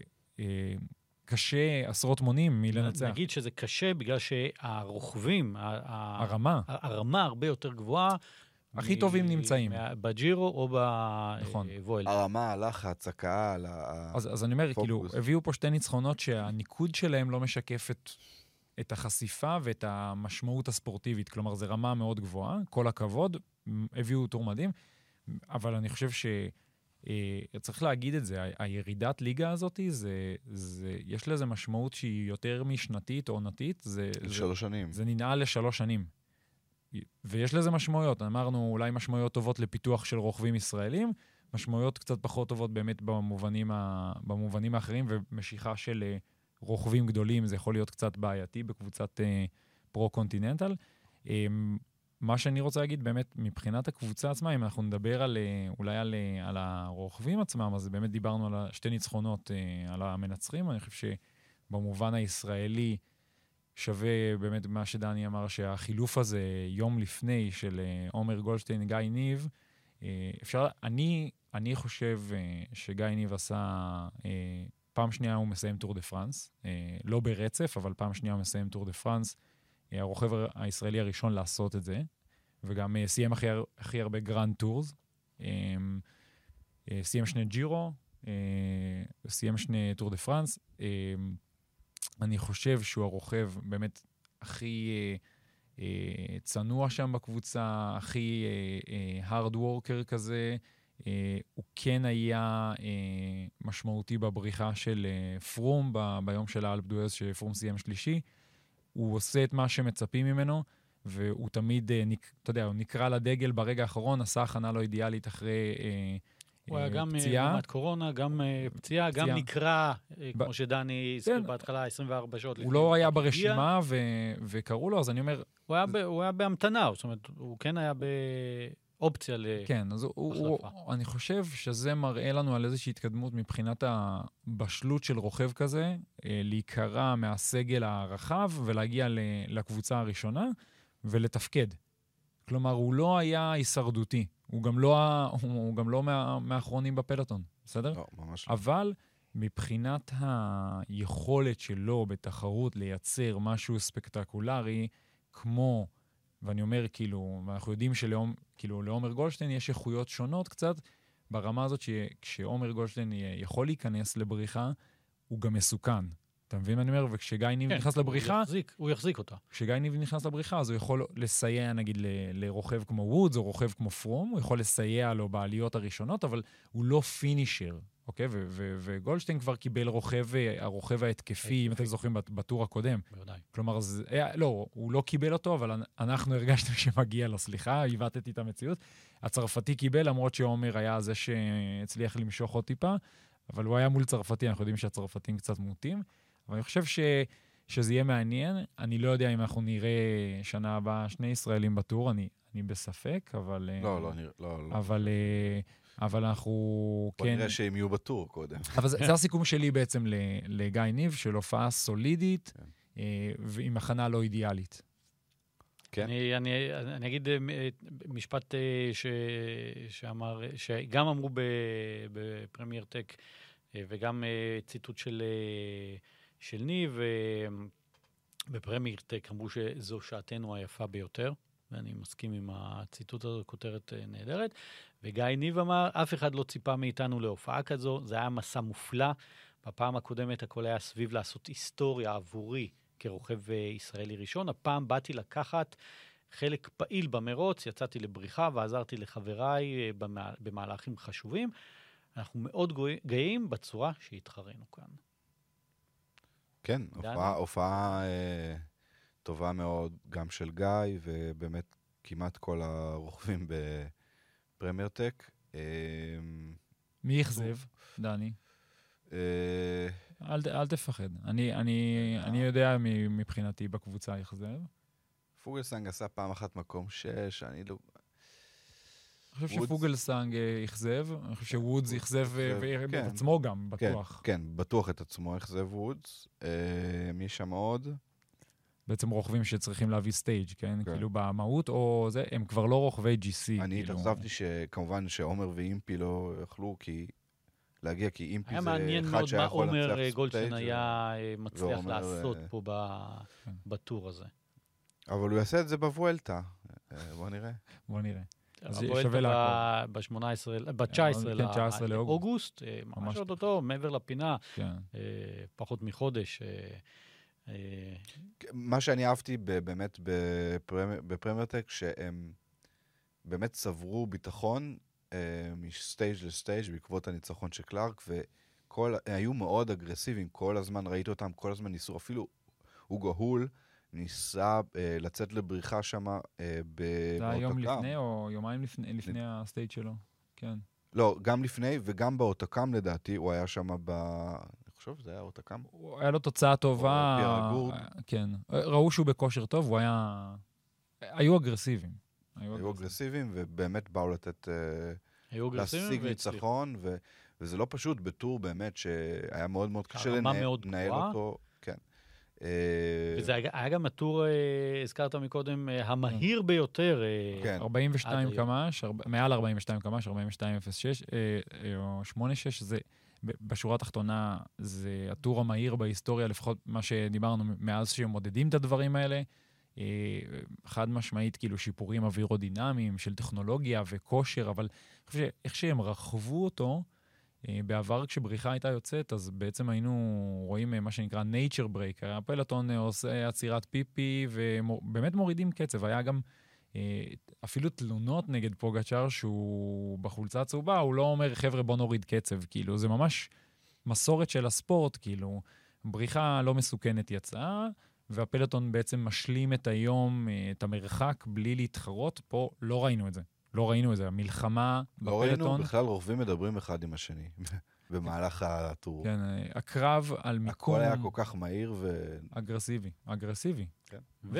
קשה עשרות מונים מלנצח. נגיד שזה קשה בגלל שהרוכבים, הרמה הרבה יותר גבוהה, הכי טובים נמצאים. בג'ירו או בווילד. הרמה, הלחץ, הקהל. אז אני אומר, כאילו, הביאו פה 2 ניצחונות שהניקוד שלהם לא משקף את החשיפה ואת המשמעות הספורטיבית. כלומר, זו רמה מאוד גבוהה, כל הכבוד, הביאו טור מדהים, אבל אני חושב שצריך להגיד את זה, הירידת ליגה הזאת, יש לזה משמעות שהיא יותר משנתית או עונתית. 3 שנים. זה ננעל ל3 שנים. ויש לזה משמעויות. אמרנו אולי משמעויות טובות לפיתוח של רוכבים ישראלים, משמעויות קצת פחות טובות באמת במובנים האחרים, ומשיכה של רוכבים גדולים, זה יכול להיות קצת בעייתי בקבוצת פרו-קונטיננטל. מה שאני רוצה להגיד באמת, מבחינת הקבוצה עצמה, אם אנחנו נדבר אולי על הרוכבים עצמם, אז באמת דיברנו על 2 ניצחונות על המנצחים. אני חושב שבמובן הישראלי, שווה באמת מה שדני אמר, שהחילוף הזה יום לפני של עומר גולדשטיין, גיא ניב, אני חושב שגיא ניב עשה, פעם שנייה הוא מסיים טור דה פרנס, לא ברצף, אבל פעם שנייה הוא מסיים טור דה פרנס, הרוכב הישראלי הראשון לעשות את זה, וגם סיים הכי הרבה גרנד טורס, סיים 2 ג'ירו, סיים 2 טור דה פרנס, אני חושב שהוא הרוכב באמת הכי צנוע שם בקבוצה, הכי hard worker כזה. הוא כן היה משמעותי בבריחה של פרום ביום של האלפ דואז, שפרום סיים שלישי. הוא עושה את מה שמצפים ממנו, והוא תמיד, אתה יודע, הוא נקרא לדגל ברגע האחרון, עשה הכנה לא אידיאלית אחרי הוא היה גם מעמד קורונה, גם פציעה, גם נקרא, כמו שדני הזכיר בהתחלה, 24 שעות. הוא לא היה ברשימה וקראו לו, אז אני אומר... הוא היה בהמתנה, זאת אומרת, הוא כן היה באופציה להחלפה. כן, אז אני חושב שזה מראה לנו על איזושהי התקדמות מבחינת הבשלות של רוכב כזה, להיקרא מהסגל הרחב ולהגיע לקבוצה הראשונה ולתפקד. כלומר, הוא לא היה הישרדותי. הוא גם לא מהאחרונים בפלטון, בסדר? לא, ממש לא. אבל מבחינת היכולת שלו בתחרות לייצר משהו ספקטקולרי, כמו, ואני אומר כאילו, ואנחנו יודעים שלעומר גולדשטיין יש איכויות שונות קצת, ברמה הזאת שכשעומר גולדשטיין יכול להיכנס לבריחה, הוא גם מסוכן. אתה מבין מה אני אומר? וכשגיא ניב נכנס לבריחה... הוא יחזיק אותה. כשגיא ניב נכנס לבריחה, אז הוא יכול לסייע, נגיד, לרוכב כמו וודס, או רוכב כמו פרום, הוא יכול לסייע לו בעליות הראשונות, אבל הוא לא פינישר, אוקיי? וגולדשטיין כבר קיבל הרוכב ההתקפי, אם אתם זוכרים, בטור הקודם. בוודאי. כלומר, לא, הוא לא קיבל אותו, אבל אנחנו הרגשנו שמגיע לו, סליחה, הבטתי את המציאות. הצרפתי קיבל, למרות שעומר היה זה שהצליח למשוך עוד טיפה, אבל הוא היה מול צרפתי, אנחנו יודעים שהצרפתים קצת מוטים. אבל אני חושב שזה יהיה מעניין. אני לא יודע אם אנחנו נראה שנה הבאה 2 ישראלים בטור, אני בספק, אבל... לא. אבל אנחנו... בוא נראה שהם יהיו בטור קודם. אבל זה הסיכום שלי בעצם לגיא ניב, של הופעה סולידית, ועם הכנה לא אידיאלית. כן. אני אגיד משפט שאמר, שגם אמרו בפרמייר טק, וגם ציטוט של ניב, בפרמייר טק אמרו שזו שעתנו היפה ביותר, ואני מסכים עם הציטוט הזה, כותרת נהדרת, וגיא ניב אמר, אף אחד לא ציפה מאיתנו להופעה כזו, זה היה מסע מופלא, בפעם הקודמת הכל היה סביב לעשות היסטוריה עבורי כרוכב ישראלי ראשון, הפעם באתי לקחת חלק פעיל במרוץ, יצאתי לבריחה ועזרתי לחבריי במהלכים חשובים. אנחנו מאוד גאים בצורה שהתחרנו כאן. כן, הופעה טובה מאוד, גם של גיא, ובאמת כמעט כל הרוכבים בפרמייר טק. מי יחזב, דני? אל תפחד. אני יודע מבחינתי בקבוצה יחזב. פוגלסנג עשה פעם אחת מקום 6, אני לא... אני חושב שפוגלסנג יחזב, אני חושב שוודס יחזב את עצמו גם, בטוח. כן, בטוח את עצמו יחזב וודס. מי שם עוד? בעצם רוכבים שצריכים להביא סטייג', כן? כאילו במהות, או זה, הם כבר לא רוכבי GC. אני התחזבתי שכמובן שעומר ואימפי לא יכלו, להגיע, כי אימפי זה אחד שהיה יכול לנצח סטייג'. מה עומר גולדשטיין היה מצליח לעשות פה בטור הזה. אבל הוא יעשה את זה בבואלטה. בוא נראה. אז שווה לעקוב. ב-19 לאוגוסט, ממש עוד אותו, מעבר לפינה, פחות מחודש. מה שאני אהבתי באמת בפרמייר טק, שהם באמת צברו ביטחון מסטייג' לסטייג' בעקבות הניצחון של קלארק, והיו מאוד אגרסיביים, כל הזמן ראיתי אותם, כל הזמן ניסו, אפילו אוגו הול, ניסה לצאת לבריחה שם באוטוקם. זה היום לפני או יומיים לפני הסטייג' שלו? כן. לא, גם לפני וגם באוטוקם לדעתי, הוא היה שם אני חושב שזה היה אוטוקם. היה לו תוצאה טובה. או פירגורד. כן. ראו שהוא בכושר טוב, הוא היה... היו אגרסיביים. היו אגרסיביים, ובאמת באו לתת... להשיג ניצחון, וזה לא פשוט בטור באמת, שהיה מאוד מאוד קשה לנהל אותו. כן. וזה היה גם הטור, הזכרת מקודם, המהיר ביותר. 42 קמ"ש, מעל 42 קמ"ש, 42.06 או 8.6, זה בשורה התחתונה, זה הטור המהיר בהיסטוריה, לפחות מה שדיברנו מאז שמודדים את הדברים האלה, חד משמעית כאילו שיפורים אווירודינמיים של טכנולוגיה וכושר, אבל אני חושב שאיך שהם רכבו אותו, בעבר כשבריחה הייתה יוצאת, אז בעצם היינו רואים מה שנקרא nature break, הפלטון עושה עצירת פיפי, ובאמת מורידים קצב. היה גם אפילו תלונות נגד פוגצ'אר, שהוא בחולצה צהובה, הוא לא אומר, חבר'ה, בוא נוריד קצב. כאילו, זה ממש מסורת של הספורט, כאילו, בריחה לא מסוכנת יצאה, והפלטון בעצם משלים את היום, את המרחק, בלי להתחרות. פה לא ראינו את זה. לא ראינו את זה, המלחמה בפלטון. לא ראינו, בכלל רוכבים מדברים אחד עם השני, במהלך הטור. כן, הקרב על מיקום... הכל היה כל כך מהיר אגרסיבי. כן.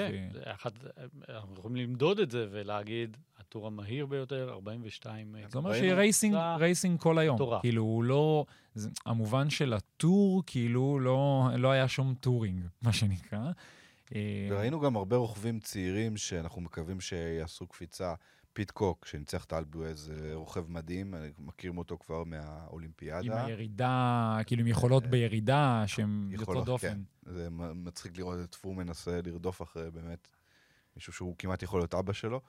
אנחנו יכולים למדוד את זה ולהגיד, הטור המהיר ביותר, 42... זאת אומרת שיהיה רייסינג כל היום. כאילו, הוא לא... המובן של הטור, כאילו, לא היה שום טורינג, מה שנקרא. וראינו גם הרבה רוכבים צעירים שאנחנו מקווים שיעשו קפיצה. פיט קוק, שניצח את האלבואז, רוכב מדהים, מכירים אותו כבר מהאולימפיאדה. עם הירידה, כאילו עם יכולות בירידה, שהן יוצאות דופן. כן. זה מצחיק לראות את פור מנסה לרדוף אחרי באמת מישהו שהוא כמעט יכול להיות אבא שלו.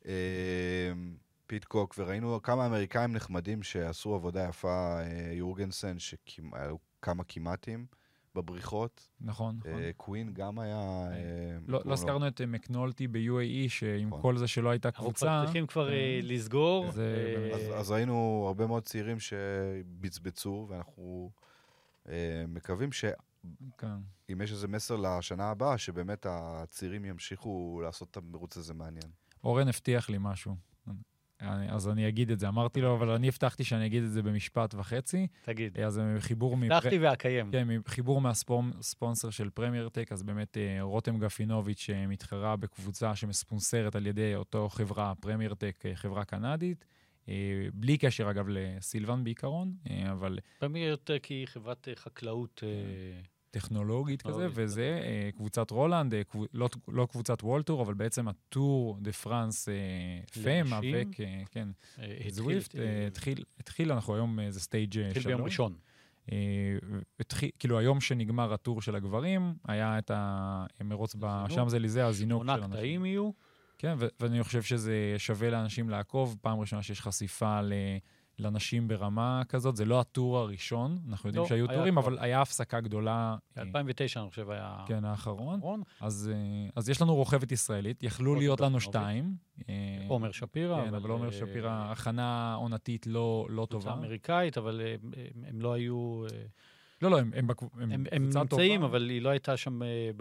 פיט קוק, וראינו כמה אמריקאים נחמדים שעשו עבודה יפה, יורגנסן, שהיו כמה כמעטים בבריחות. נכון. קווין גם היה... לא הזכרנו את מקנולטי ב-UAE, שעם כל זה שלא הייתה קבוצה... אנחנו צריכים כבר לסגור. אז ראינו הרבה מאוד צעירים שבצבצו, ואנחנו מקווים שאם יש איזה מסר לשנה הבאה, שבאמת הצעירים ימשיכו לעשות את המרוץ הזה מעניין. אורן הבטיח לי משהו. אז אני אגיד את זה. אמרתי לו, אבל אני הבטחתי שאני אגיד את זה במשפט וחצי. תגיד. אז חיבור... הבטחתי והקיים. כן, חיבור מהספונסר של פרמייר טק, אז באמת רותם גפינוביץ' מתחרה בקבוצה שמספונסרת על ידי אותו חברה, פרמייר טק, חברה קנדית, בלי קשר אגב לסילבן בעיקרון, אבל... פרמייר טק היא חברת חקלאות... טכנולוגית כזה, וזה קבוצת רולנד, לא קבוצת וולטור, אבל בעצם הטור דה פרנס פם, אבק, כן, זוויפט, התחיל, אנחנו היום זה סטייג' 3. התחיל ביום ראשון. כאילו היום שנגמר הטור של הגברים, היה את המרוץ בשאמזליזה, הזינוק של אנשים. קטעים יהיו. כן, ואני חושב שזה שווה לאנשים לעקוב, פעם ראשונה שיש חשיפה לנשים ברמה כזאת. זה לא הטור הראשון, אנחנו יודעים לא, שהיו היה טורים, כבר. אבל היה הפסקה גדולה. 2009, אני חושב, היה כן, האחרון. האחרון. אז יש לנו רוכבת ישראלית, יכלו להיות לנו 2. עומר שפירא. כן, אבל עומר שפירא, הכנה עונתית לא טובה. קבוצה אמריקאית, אבל הם לא היו... לא, הם נמצאים, אבל היא לא הייתה שם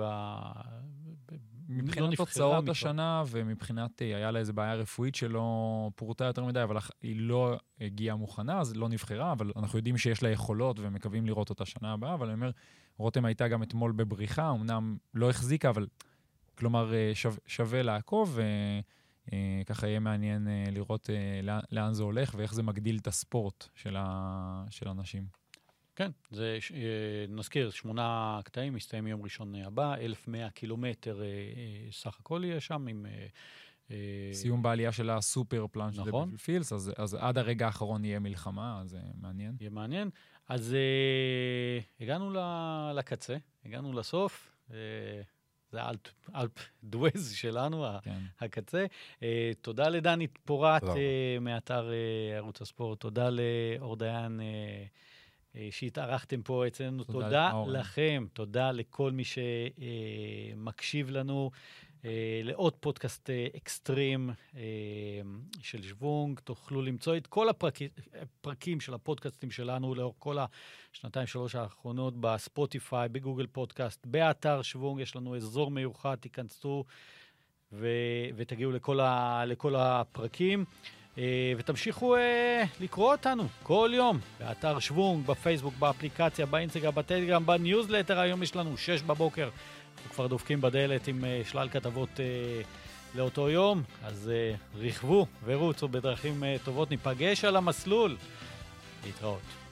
מבחינת תוצאות השנה, ומבחינת, היה לה איזו בעיה רפואית שלא פורטה יותר מדי, אבל היא לא הגיעה מוכנה, אז לא נבחרה, אבל אנחנו יודעים שיש לה יכולות, ומקווים לראות אותה שנה הבאה, אבל אני אומר, רותם הייתה גם אתמול בבריחה, אמנם לא החזיקה, אבל כלומר שווה לעקוב, וככה יהיה מעניין לראות לאן זה הולך, ואיך זה מגדיל את הספורט של אנשים. כן, נזכיר, 8 קטעים, מסתיים יום ראשון הבא, 1,100 קילומטר סך הכל יהיה שם עם... סיום בעלייה של הסופר פלאנש דבל פילס, אז עד הרגע האחרון יהיה מלחמה, אז מעניין. יהיה מעניין. אז הגענו לקצה, הגענו לסוף, זה אלפ דוויז שלנו, הקצה. תודה לדני פורט מאתר ערוץ הספורט, תודה לאור דיין, שהתארחתם פה אצלנו. תודה לכם, תודה לכל מי שמקשיב לנו, לעוד פודקאסט אקסטרים של שוונג. תוכלו למצוא את כל הפרקים של הפודקאסטים שלנו לאור כל 2-3 האחרונות בספוטיפיי, בגוגל פודקאסט, באתר שוונג. יש לנו אזור מיוחד, תיכנסו ותגיעו לכל הפרקים. ותמשיכו לקרוא אותנו כל יום, באתר שוונג, בפייסבוק, באפליקציה, באינסטגרם, בטלגרם, בניוזלטר. היום יש לנו 6 בבוקר, אנחנו כבר דופקים בדלת עם שלל כתבות לאותו יום, אז רכבו ורוצו בדרכים טובות, ניפגש על המסלול. להתראות.